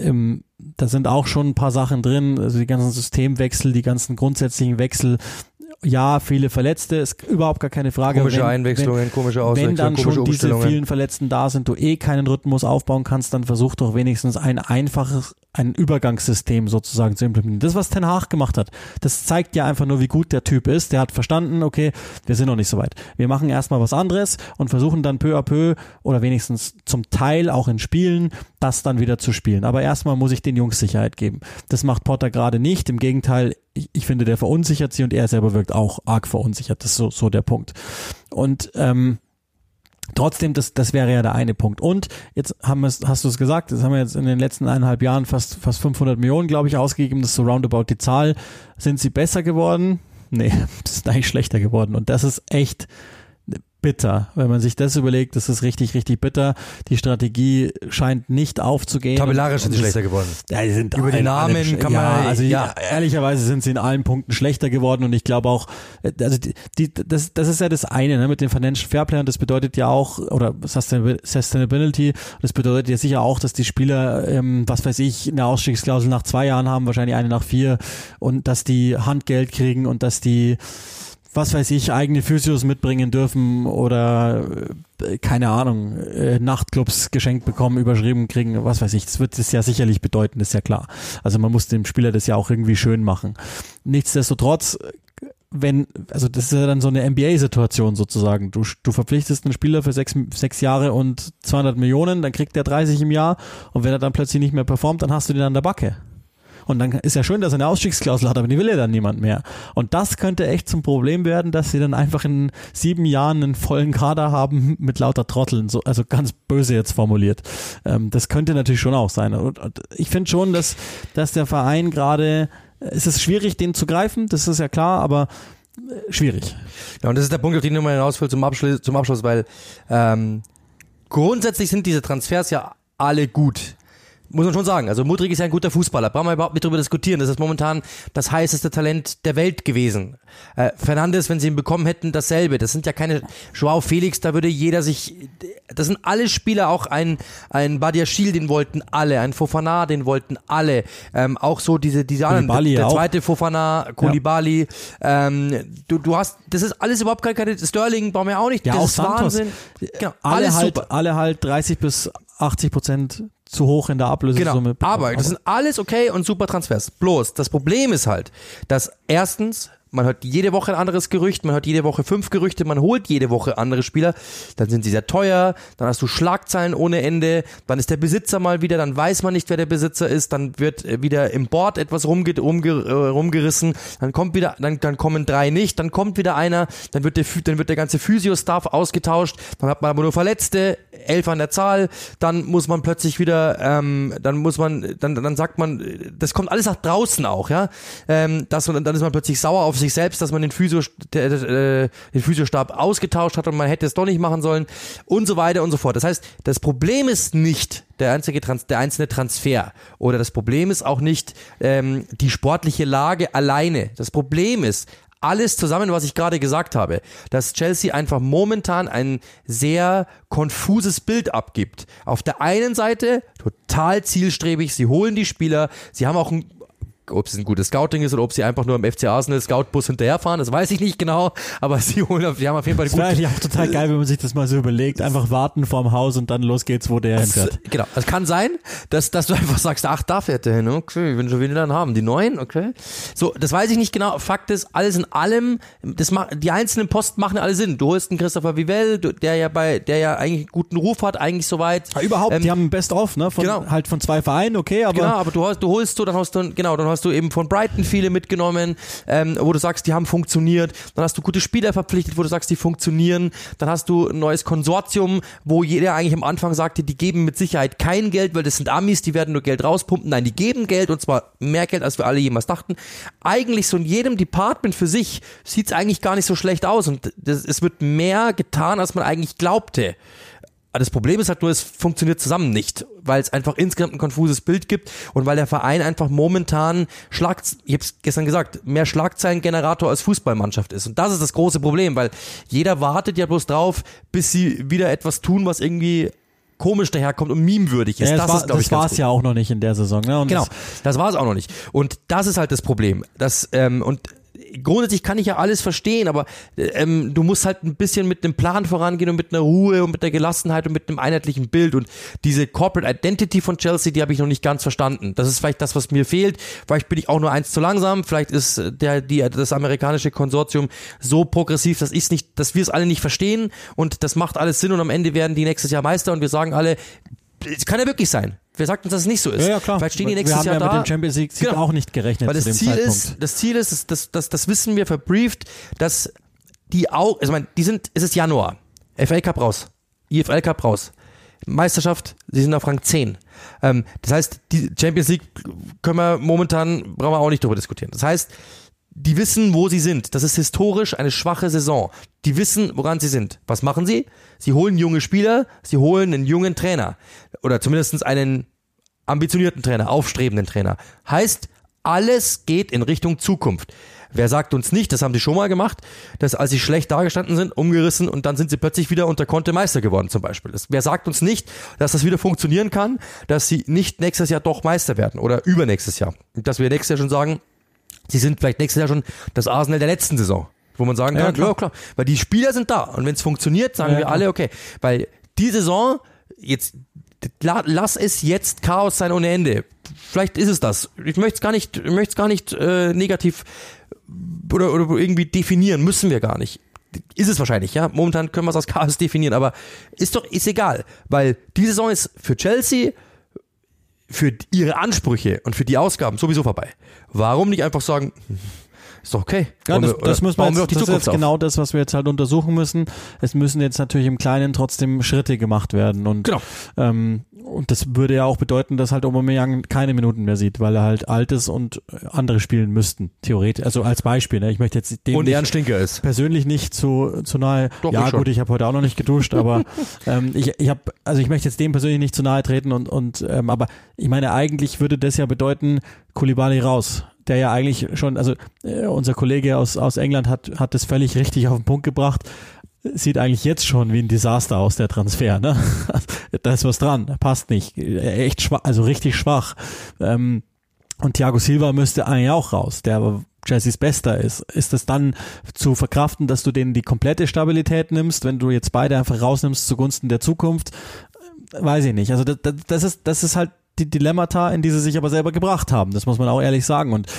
da sind auch schon ein paar Sachen drin, also die ganzen Systemwechsel, die ganzen grundsätzlichen Wechsel. Ja, viele Verletzte, ist überhaupt gar keine Frage. Komische Einwechslungen, komische Auswechslungen, wenn dann komische schon diese Umstellungen. vielen Verletzten da sind, du keinen Rhythmus aufbauen kannst, dann versuch doch wenigstens ein Übergangssystem sozusagen zu implementieren. Das, was Ten Hag gemacht hat, das zeigt ja einfach nur, wie gut der Typ ist. Der hat verstanden, okay, wir sind noch nicht so weit. Wir machen erstmal was anderes und versuchen dann peu à peu oder wenigstens zum Teil auch in Spielen das dann wieder zu spielen. Aber erstmal muss ich den Jungs Sicherheit geben. Das macht Potter gerade nicht. Im Gegenteil, ich finde, der verunsichert sie und er selber wirkt auch arg verunsichert. Das ist so der Punkt. Und trotzdem, das wäre ja der eine Punkt. Und jetzt hast du es gesagt, das haben wir jetzt in den letzten 1,5 Jahren fast 500 Millionen, glaube ich, ausgegeben. Das ist so roundabout die Zahl. Sind sie besser geworden? Nee, das ist eigentlich schlechter geworden. Und das ist echt bitter. Wenn man sich das überlegt, das ist richtig, richtig bitter. Die Strategie scheint nicht aufzugehen. Tabellarisch sind sie schlechter geworden. Ja, die sind über die Namen kann man... Also ehrlicherweise sind sie in allen Punkten schlechter geworden und ich glaube auch, also das ist ja das eine, ne, mit dem Financial Fairplay und das bedeutet ja auch, oder Sustainability, das bedeutet ja sicher auch, dass die Spieler, was weiß ich, eine Ausstiegsklausel nach 2 Jahren haben, wahrscheinlich eine nach 4 und dass die Handgeld kriegen und dass die was weiß ich, eigene Physios mitbringen dürfen oder keine Ahnung, Nachtclubs geschenkt bekommen, überschrieben kriegen, was weiß ich. Das wird es ja sicherlich bedeuten, ist ja klar. Also man muss dem Spieler das ja auch irgendwie schön machen. Nichtsdestotrotz, also das ist ja dann so eine NBA-Situation sozusagen. Du verpflichtest einen Spieler für 6 Jahre und 200 Millionen, dann kriegt der 30 im Jahr und wenn er dann plötzlich nicht mehr performt, dann hast du den an der Backe. Und dann ist ja schön, dass er eine Ausstiegsklausel hat, aber die will ja dann niemand mehr. Und das könnte echt zum Problem werden, dass sie dann einfach in 7 Jahren einen vollen Kader haben mit lauter Trotteln, so, also ganz böse jetzt formuliert. Das könnte natürlich schon auch sein. Und ich finde schon, dass der Verein gerade, es ist schwierig, den zu greifen, das ist ja klar, aber schwierig. Ja, und das ist der Punkt, auf den ich nochmal hinaus will zum Abschluss, weil grundsätzlich sind diese Transfers ja alle gut. Muss man schon sagen. Also Mudryk ist ja ein guter Fußballer. Brauchen wir überhaupt nicht drüber diskutieren. Das ist momentan das heißeste Talent der Welt gewesen. Fernandes, wenn sie ihn bekommen hätten, dasselbe. Das sind ja keine Joao Felix, da würde jeder sich... Das sind alle Spieler, auch ein Badiashile, den wollten alle. Ein Fofana, den wollten alle. Auch so diese anderen... Der zweite Fofana, Koulibaly. Ja. Du hast... Das ist alles überhaupt keine... Sterling brauchen wir auch nicht. Ja, das auch ist Santos. Wahnsinn. Genau, Alle halt 30-80% zu hoch in der Ablösesumme. Genau, aber das sind alles okay und super Transfers. Bloß, das Problem ist halt, dass erstens, man hört jede Woche ein anderes Gerücht, man hört jede Woche 5 Gerüchte, man holt jede Woche andere Spieler, dann sind sie sehr teuer, dann hast du Schlagzeilen ohne Ende, dann ist der Besitzer mal wieder, dann weiß man nicht, wer der Besitzer ist, dann wird wieder im Board etwas rumgerissen, dann kommt wieder, dann kommen 3 nicht, dann kommt wieder einer, dann wird der ganze Physio-Staff ausgetauscht, dann hat man aber nur Verletzte, 11 an der Zahl, dann muss man plötzlich wieder, dann sagt man, das kommt alles nach draußen auch, ja, dann ist man plötzlich sauer auf sich selbst, dass man den Physiostab ausgetauscht hat und man hätte es doch nicht machen sollen und so weiter und so fort. Das heißt, das Problem ist nicht der einzelne Transfer oder das Problem ist auch nicht die sportliche Lage alleine. Das Problem ist alles zusammen, was ich gerade gesagt habe, dass Chelsea einfach momentan ein sehr konfuses Bild abgibt. Auf der einen Seite total zielstrebig, sie holen die Spieler, sie haben auch ein ob es ein gutes Scouting ist oder ob sie einfach nur am FC Arsenal Scoutbus hinterherfahren, das weiß ich nicht genau, aber die haben auf jeden Fall das wäre eigentlich auch total geil, wenn man sich das mal so überlegt, einfach warten vorm Haus und dann los geht's, wo der hinfährt. Genau, es kann sein, dass du einfach sagst, ach, da fährt der hin, okay, ich will schon wieder dann haben, die neuen, okay. So, das weiß ich nicht genau, Fakt ist, alles in allem, die einzelnen Posten machen alle Sinn. Du holst einen Christopher Vivell, der ja eigentlich einen guten Ruf hat, eigentlich soweit. Ja, überhaupt, die haben ein Best-of, ne, halt von 2 Vereinen, okay, aber. Genau, aber dann hast du eben von Brighton viele mitgenommen, wo du sagst, die haben funktioniert, dann hast du gute Spieler verpflichtet, wo du sagst, die funktionieren, dann hast du ein neues Konsortium, wo jeder eigentlich am Anfang sagte, die geben mit Sicherheit kein Geld, weil das sind Amis, die werden nur Geld rauspumpen. Nein, die geben Geld und zwar mehr Geld, als wir alle jemals dachten. Eigentlich so in jedem Department für sich sieht's eigentlich gar nicht so schlecht aus und es wird mehr getan, als man eigentlich glaubte. Das Problem ist halt nur, es funktioniert zusammen nicht, weil es einfach insgesamt ein konfuses Bild gibt und weil der Verein einfach momentan ich hab's gestern gesagt, mehr Schlagzeilengenerator als Fußballmannschaft ist. Und das ist das große Problem, weil jeder wartet ja bloß drauf, bis sie wieder etwas tun, was irgendwie komisch daherkommt und memewürdig ist. Ja, das war es ja auch noch nicht in der Saison. Ne? Und genau, das war es auch noch nicht. Und das ist halt das Problem. Und grundsätzlich kann ich ja alles verstehen, aber du musst halt ein bisschen mit einem Plan vorangehen und mit einer Ruhe und mit der Gelassenheit und mit einem einheitlichen Bild und diese Corporate Identity von Chelsea, die habe ich noch nicht ganz verstanden. Das ist vielleicht das, was mir fehlt. Vielleicht bin ich auch nur eins zu langsam. Vielleicht ist das amerikanische Konsortium so progressiv, dass wir es alle nicht verstehen und das macht alles Sinn und am Ende werden die nächstes Jahr Meister und wir sagen alle, es kann ja wirklich sein. Wer sagt uns, dass es nicht so ist? Ja, klar. Vielleicht stehen die nächstes Jahr da. Wir haben ja mit dem Champions League genau. auch nicht gerechnet. Weil das Ziel ist, das wissen wir verbrieft, dass die auch, es ist Januar. FA Cup raus. IFL Cup raus. Meisterschaft, sie sind auf Rang 10. Das heißt, die Champions League brauchen wir auch nicht drüber diskutieren. Das heißt, die wissen, wo sie sind. Das ist historisch eine schwache Saison. Die wissen, woran sie sind. Was machen sie? Sie holen junge Spieler, sie holen einen jungen Trainer. Oder zumindest einen ambitionierten Trainer, aufstrebenden Trainer. Heißt, alles geht in Richtung Zukunft. Wer sagt uns nicht, das haben sie schon mal gemacht, dass als sie schlecht dagestanden sind, umgerissen und dann sind sie plötzlich wieder unter Conte Meister geworden zum Beispiel. Wer sagt uns nicht, dass das wieder funktionieren kann, dass sie nicht nächstes Jahr doch Meister werden oder übernächstes Jahr. Und dass wir nächstes Jahr schon sagen, sie sind vielleicht nächstes Jahr schon das Arsenal der letzten Saison, wo man sagen kann, ja klar, weil die Spieler sind da und wenn es funktioniert, sagen wir alle, okay, weil die Saison, jetzt lass es jetzt Chaos sein ohne Ende. Vielleicht ist es das. Ich möchte es gar nicht negativ oder irgendwie definieren, müssen wir gar nicht. Ist es wahrscheinlich, ja. Momentan können wir es als Chaos definieren, aber ist egal, weil die Saison ist für Chelsea für ihre Ansprüche und für die Ausgaben sowieso vorbei. Warum nicht einfach sagen, ist doch okay. Ja, das ist jetzt genau das, was wir jetzt halt untersuchen müssen. Es müssen jetzt natürlich im Kleinen trotzdem Schritte gemacht werden und genau. Und das würde ja auch bedeuten, dass halt Aubameyang keine Minuten mehr sieht, weil er halt alt ist und andere spielen müssten, theoretisch. Also als Beispiel, ne? Ich möchte jetzt dem und er ein Stinker ist. Persönlich nicht zu nahe. Doch, ja gut, ich habe heute auch noch nicht geduscht, aber ich möchte jetzt dem persönlich nicht zu nahe treten aber ich meine, eigentlich würde das ja bedeuten, Koulibaly raus. Der ja eigentlich schon, unser Kollege aus England hat das völlig richtig auf den Punkt gebracht. Sieht eigentlich jetzt schon wie ein Desaster aus, der Transfer, ne? Da ist was dran, passt nicht. Echt schwach, also richtig schwach. Und Thiago Silva müsste eigentlich auch raus, der Chelseas Bester ist. Ist es dann zu verkraften, dass du denen die komplette Stabilität nimmst, wenn du jetzt beide einfach rausnimmst zugunsten der Zukunft? Weiß ich nicht. Also das ist halt die Dilemmata, in die sie sich aber selber gebracht haben. Das muss man auch ehrlich sagen. Und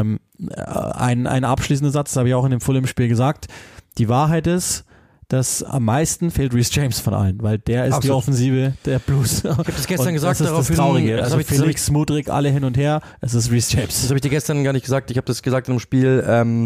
ein abschließender Satz, das habe ich auch in dem Fulham-Spiel gesagt. Die Wahrheit ist, dass am meisten fehlt Reece James von allen, weil der ist die Offensive der Blues. Ich habe das gestern gesagt, das ist das Traurige. Also Felix, Mudryk, alle hin und her, es ist Reece James. Das habe ich dir gestern gar nicht gesagt, ich habe das gesagt in einem Spiel,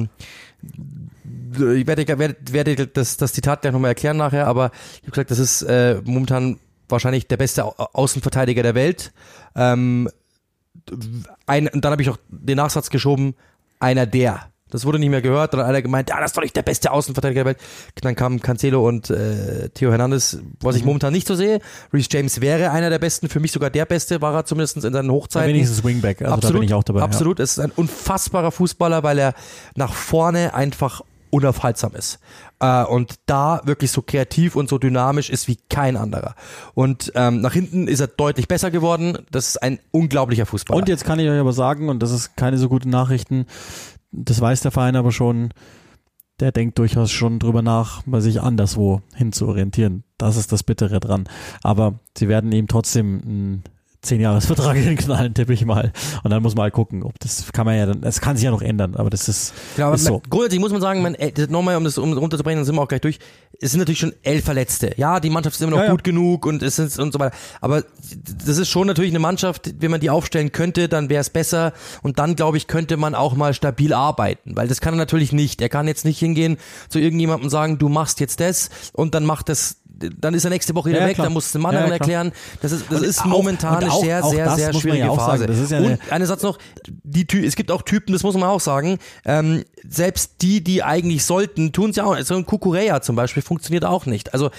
ich werde das Zitat gleich nochmal erklären nachher, aber ich habe gesagt, das ist momentan wahrscheinlich der beste Außenverteidiger der Welt. Und dann habe ich auch den Nachsatz geschoben, einer der. Das wurde nicht mehr gehört, dann hat einer gemeint, das ist doch nicht der beste Außenverteidiger der Welt. Dann kamen Cancelo und Theo Hernandez, was ich momentan nicht so sehe. Reece James wäre einer der besten, für mich sogar der Beste, war er zumindest in seinen Hochzeiten. Wenigstens Wingback, also absolut, da bin ich auch dabei. Absolut, es ist ein unfassbarer Fußballer, weil er nach vorne einfach unaufhaltsam ist. Und da wirklich so kreativ und so dynamisch ist wie kein anderer. Und nach hinten ist er deutlich besser geworden. Das ist ein unglaublicher Fußballer. Und jetzt kann ich euch aber sagen, und das ist keine so gute Nachrichten, das weiß der Verein aber schon, der denkt durchaus schon drüber nach, mal sich anderswo hin zu orientieren. Das ist das Bittere dran. Aber sie werden ihm trotzdem einen 10-Jahres-Vertrag hinknallen, tippe ich mal. Und dann muss man halt gucken, ob das kann man ja dann, es kann sich ja noch ändern, aber das ist, genau, ist so. Grundsätzlich muss man sagen, nochmal, um runterzubrechen, dann sind wir auch gleich durch. Es sind natürlich schon 11 Verletzte. Ja, die Mannschaft ist immer noch gut genug und es ist und so weiter. Aber das ist schon natürlich eine Mannschaft, wenn man die aufstellen könnte, dann wäre es besser. Und dann, glaube ich, könnte man auch mal stabil arbeiten. Weil das kann er natürlich nicht. Er kann jetzt nicht hingehen zu irgendjemandem und sagen, du machst jetzt das und dann macht das. Dann ist er nächste Woche wieder weg, klar. Dann muss es dem anderen erklären. Das ist momentan eine sehr schwierige Phase. Das ist ja und ein Satz noch, es gibt auch Typen, das muss man auch sagen, selbst die eigentlich sollten, tun es ja auch nicht. So ein Kukureya zum Beispiel funktioniert auch nicht. Also,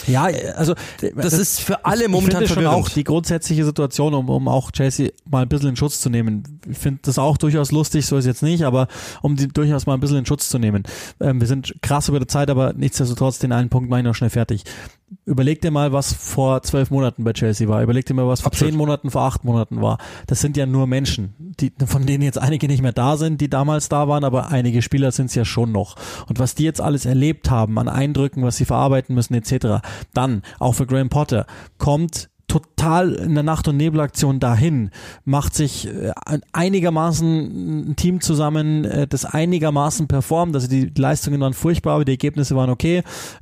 das ist für alle momentan verwirrend. Ich finde schon auch die grundsätzliche Situation, um auch Chelsea mal ein bisschen in Schutz zu nehmen. Ich finde das auch durchaus lustig, so ist jetzt nicht, aber um die durchaus mal ein bisschen in Schutz zu nehmen. Wir sind krass über die Zeit, aber nichtsdestotrotz den einen Punkt mache ich noch schnell fertig. Überleg dir mal, was vor 12 Monaten bei Chelsea war. Überleg dir mal, was vor 10 Monaten, vor 8 Monaten war. Das sind ja nur Menschen, von denen jetzt einige nicht mehr da sind, die damals da waren, aber einige Spieler sind es ja schon noch. Und was die jetzt alles erlebt haben an Eindrücken, was sie verarbeiten müssen etc., dann, auch für Graham Potter, kommt total in der Nacht- und Nebelaktion dahin, macht sich einigermaßen ein Team zusammen, das einigermaßen performt, also die Leistungen waren furchtbar, aber die Ergebnisse waren okay,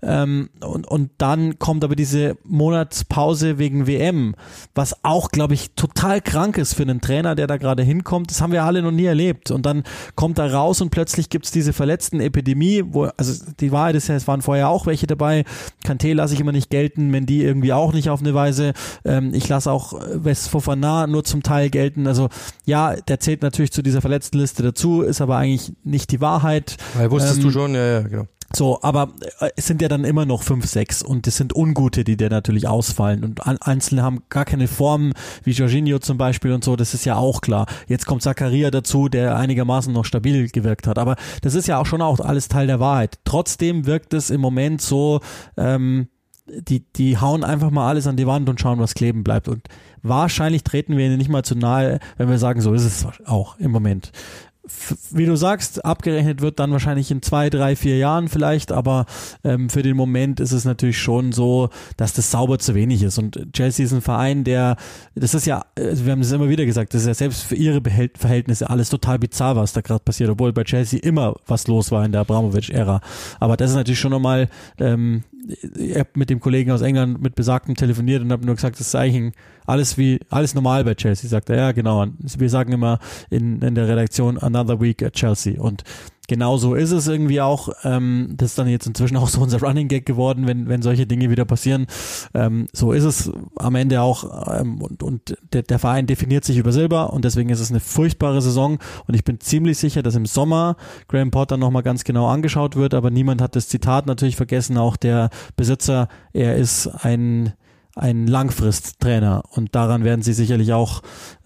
und dann kommt aber diese Monatspause wegen WM, was auch, glaube ich, total krank ist für einen Trainer, der da gerade hinkommt, das haben wir alle noch nie erlebt, und dann kommt er raus und plötzlich gibt's diese verletzten Epidemie, also die Wahrheit ist ja, es waren vorher auch welche dabei, Kanté lasse ich immer nicht gelten, Mendy irgendwie auch nicht auf eine Weise. Ich lasse auch West Fofana nur zum Teil gelten. Also ja, der zählt natürlich zu dieser Verletztenliste dazu, ist aber eigentlich nicht die Wahrheit. Weil wusstest du schon, ja, genau. So, aber es sind ja dann immer noch 5, 6 und es sind Ungute, die dir natürlich ausfallen, und Einzelne haben gar keine Formen, wie Jorginho zum Beispiel und so, das ist ja auch klar. Jetzt kommt Zakaria dazu, der einigermaßen noch stabil gewirkt hat, aber das ist ja auch schon auch alles Teil der Wahrheit. Trotzdem wirkt es im Moment so, die hauen einfach mal alles an die Wand und schauen, was kleben bleibt, und wahrscheinlich treten wir ihnen nicht mal zu nahe, wenn wir sagen, so ist es auch im Moment. Wie du sagst, abgerechnet wird dann wahrscheinlich in 2, 3, 4 Jahren vielleicht, aber für den Moment ist es natürlich schon so, dass das sauber zu wenig ist, und Chelsea ist ein Verein, das ist ja, wir haben das immer wieder gesagt, das ist ja selbst für ihre Verhältnisse alles total bizarr, was da gerade passiert, obwohl bei Chelsea immer was los war in der Abramovich-Ära, aber das ist natürlich schon nochmal, ich habe mit dem Kollegen aus England mit Besagtem telefoniert und habe nur gesagt, das ist eigentlich alles normal bei Chelsea. Sagt er, ja genau, wir sagen immer in der Redaktion another week at Chelsea, und genau so ist es irgendwie auch. Das ist dann jetzt inzwischen auch so unser Running Gag geworden, wenn solche Dinge wieder passieren. So ist es am Ende auch, und der Verein definiert sich über Silber, und deswegen ist es eine furchtbare Saison, und ich bin ziemlich sicher, dass im Sommer Graham Potter nochmal ganz genau angeschaut wird, aber niemand hat das Zitat natürlich vergessen, auch der Besitzer, er ist ein Langfristtrainer, und daran werden sie sicherlich auch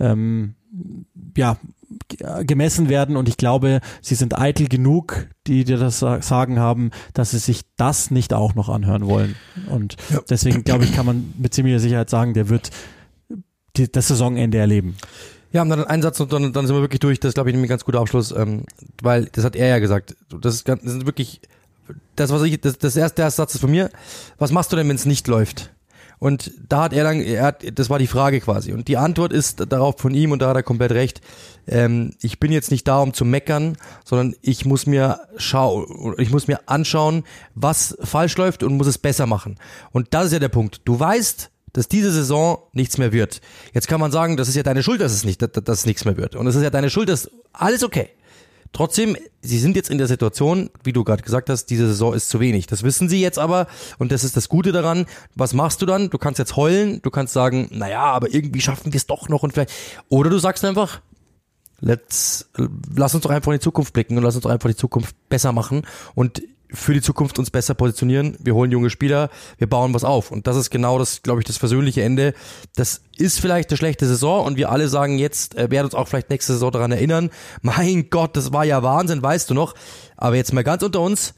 gemessen werden, und ich glaube, sie sind eitel genug, die dir das Sagen haben, dass sie sich das nicht auch noch anhören wollen, und deswegen glaube ich, kann man mit ziemlicher Sicherheit sagen, der wird das Saisonende erleben. Ja, und dann einen Satz und dann sind wir wirklich durch, das ist, glaube ich, ein ganz guter Abschluss, weil das hat er ja gesagt, das ist wirklich das erste Satz ist von mir, was machst du denn, wenn es nicht läuft? Und da hat das war die Frage quasi. Und die Antwort ist darauf von ihm, und da hat er komplett recht, ich bin jetzt nicht da, um zu meckern, sondern ich muss mir anschauen, was falsch läuft, und muss es besser machen. Und das ist ja der Punkt. Du weißt, dass diese Saison nichts mehr wird. Jetzt kann man sagen, das ist ja deine Schuld, dass es nichts mehr wird. Und es ist ja deine Schuld, dass alles okay. Trotzdem, sie sind jetzt in der Situation, wie du gerade gesagt hast, diese Saison ist zu wenig. Das wissen sie jetzt aber, und das ist das Gute daran. Was machst du dann? Du kannst jetzt heulen, du kannst sagen, naja, aber irgendwie schaffen wir es doch noch, und vielleicht, oder du sagst einfach, lass uns doch einfach in die Zukunft blicken und lass uns doch einfach die Zukunft besser machen und für die Zukunft uns besser positionieren. Wir holen junge Spieler, wir bauen was auf. Und das ist genau das, glaube ich, das versöhnliche Ende. Das ist vielleicht eine schlechte Saison, und wir alle sagen jetzt, werden uns auch vielleicht nächste Saison daran erinnern, mein Gott, das war ja Wahnsinn, weißt du noch. Aber jetzt mal ganz unter uns,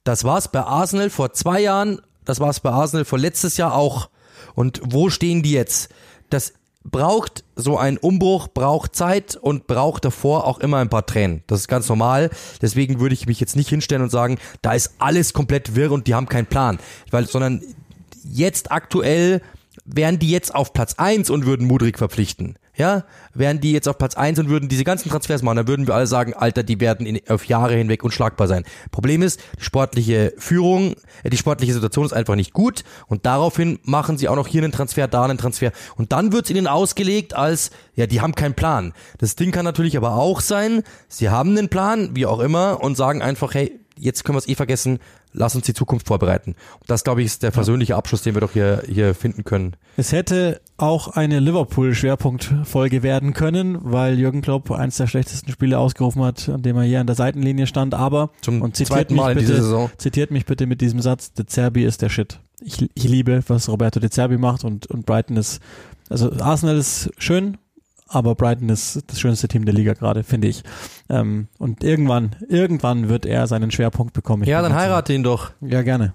Das war's bei Arsenal vor 2 Jahren, das war's bei Arsenal vor letztes Jahr auch. Und wo stehen die jetzt? Das braucht so ein Umbruch, braucht Zeit und braucht davor auch immer ein paar Tränen. Das ist ganz normal. Deswegen würde ich mich jetzt nicht hinstellen und sagen, da ist alles komplett wirr und die haben keinen Plan. Sondern jetzt aktuell wären die jetzt auf Platz 1 und würden Mudryk verpflichten. Ja, wären die jetzt auf Platz 1 und würden diese ganzen Transfers machen, dann würden wir alle sagen, Alter, die werden auf Jahre hinweg unschlagbar sein. Problem ist, die sportliche Führung, die sportliche Situation ist einfach nicht gut und daraufhin machen sie auch noch hier einen Transfer, da einen Transfer und dann wird's ihnen ausgelegt als, ja, die haben keinen Plan. Das Ding kann natürlich aber auch sein, sie haben einen Plan, wie auch immer, und sagen einfach, hey, jetzt können wir es vergessen, lass uns die Zukunft vorbereiten. Und das, glaube ich, ist der versöhnliche Abschluss, den wir doch hier finden können. Es hätte auch eine Liverpool-Schwerpunktfolge werden können, weil Jürgen Klopp eins der schlechtesten Spiele ausgerufen hat, an dem er hier an der Seitenlinie stand, aber, und zitiert mich bitte mit diesem Satz, De Zerbi ist der Shit. Ich liebe, was Roberto De Zerbi macht und Brighton ist, also Arsenal ist schön, aber Brighton ist das schönste Team der Liga gerade, finde ich. Und irgendwann wird er seinen Schwerpunkt bekommen. Ja, dann heirate ihn doch. Ja, gerne.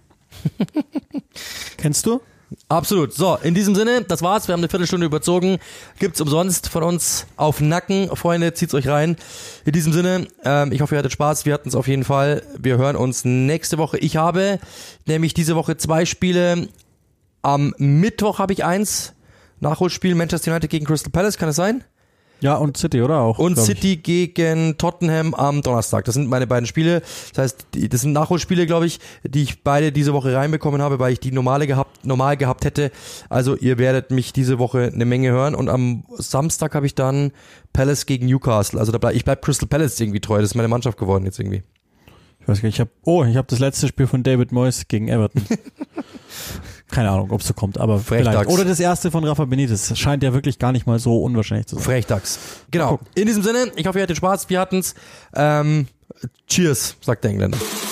Kennst du? Absolut. So, in diesem Sinne, das war's. Wir haben eine Viertelstunde überzogen. Gibt's umsonst von uns auf Nacken. Freunde, zieht's euch rein. In diesem Sinne, ich hoffe, ihr hattet Spaß. Wir hatten's auf jeden Fall. Wir hören uns nächste Woche. Ich habe nämlich diese Woche 2 Spiele. Am Mittwoch habe ich 1. Nachholspiel Manchester United gegen Crystal Palace, kann es sein? Ja, und City, oder auch? Und City gegen Tottenham am Donnerstag. Das sind meine beiden Spiele. Das heißt, das sind Nachholspiele, glaube ich, die ich beide diese Woche reinbekommen habe, weil ich die normal gehabt hätte. Also ihr werdet mich diese Woche eine Menge hören. Und am Samstag habe ich dann Palace gegen Newcastle. Also ich bleib Crystal Palace irgendwie treu. Das ist meine Mannschaft geworden jetzt irgendwie. Ich weiß gar nicht, ich habe das letzte Spiel von David Moyes gegen Everton. Keine Ahnung, ob es so kommt, aber vielleicht. Oder das erste von Rafa Benitez. Das scheint ja wirklich gar nicht mal so unwahrscheinlich zu sein. Frechdachs. Genau. In diesem Sinne, ich hoffe, ihr hattet Spaß. Wir hatten's. Cheers, sagt der Engländer.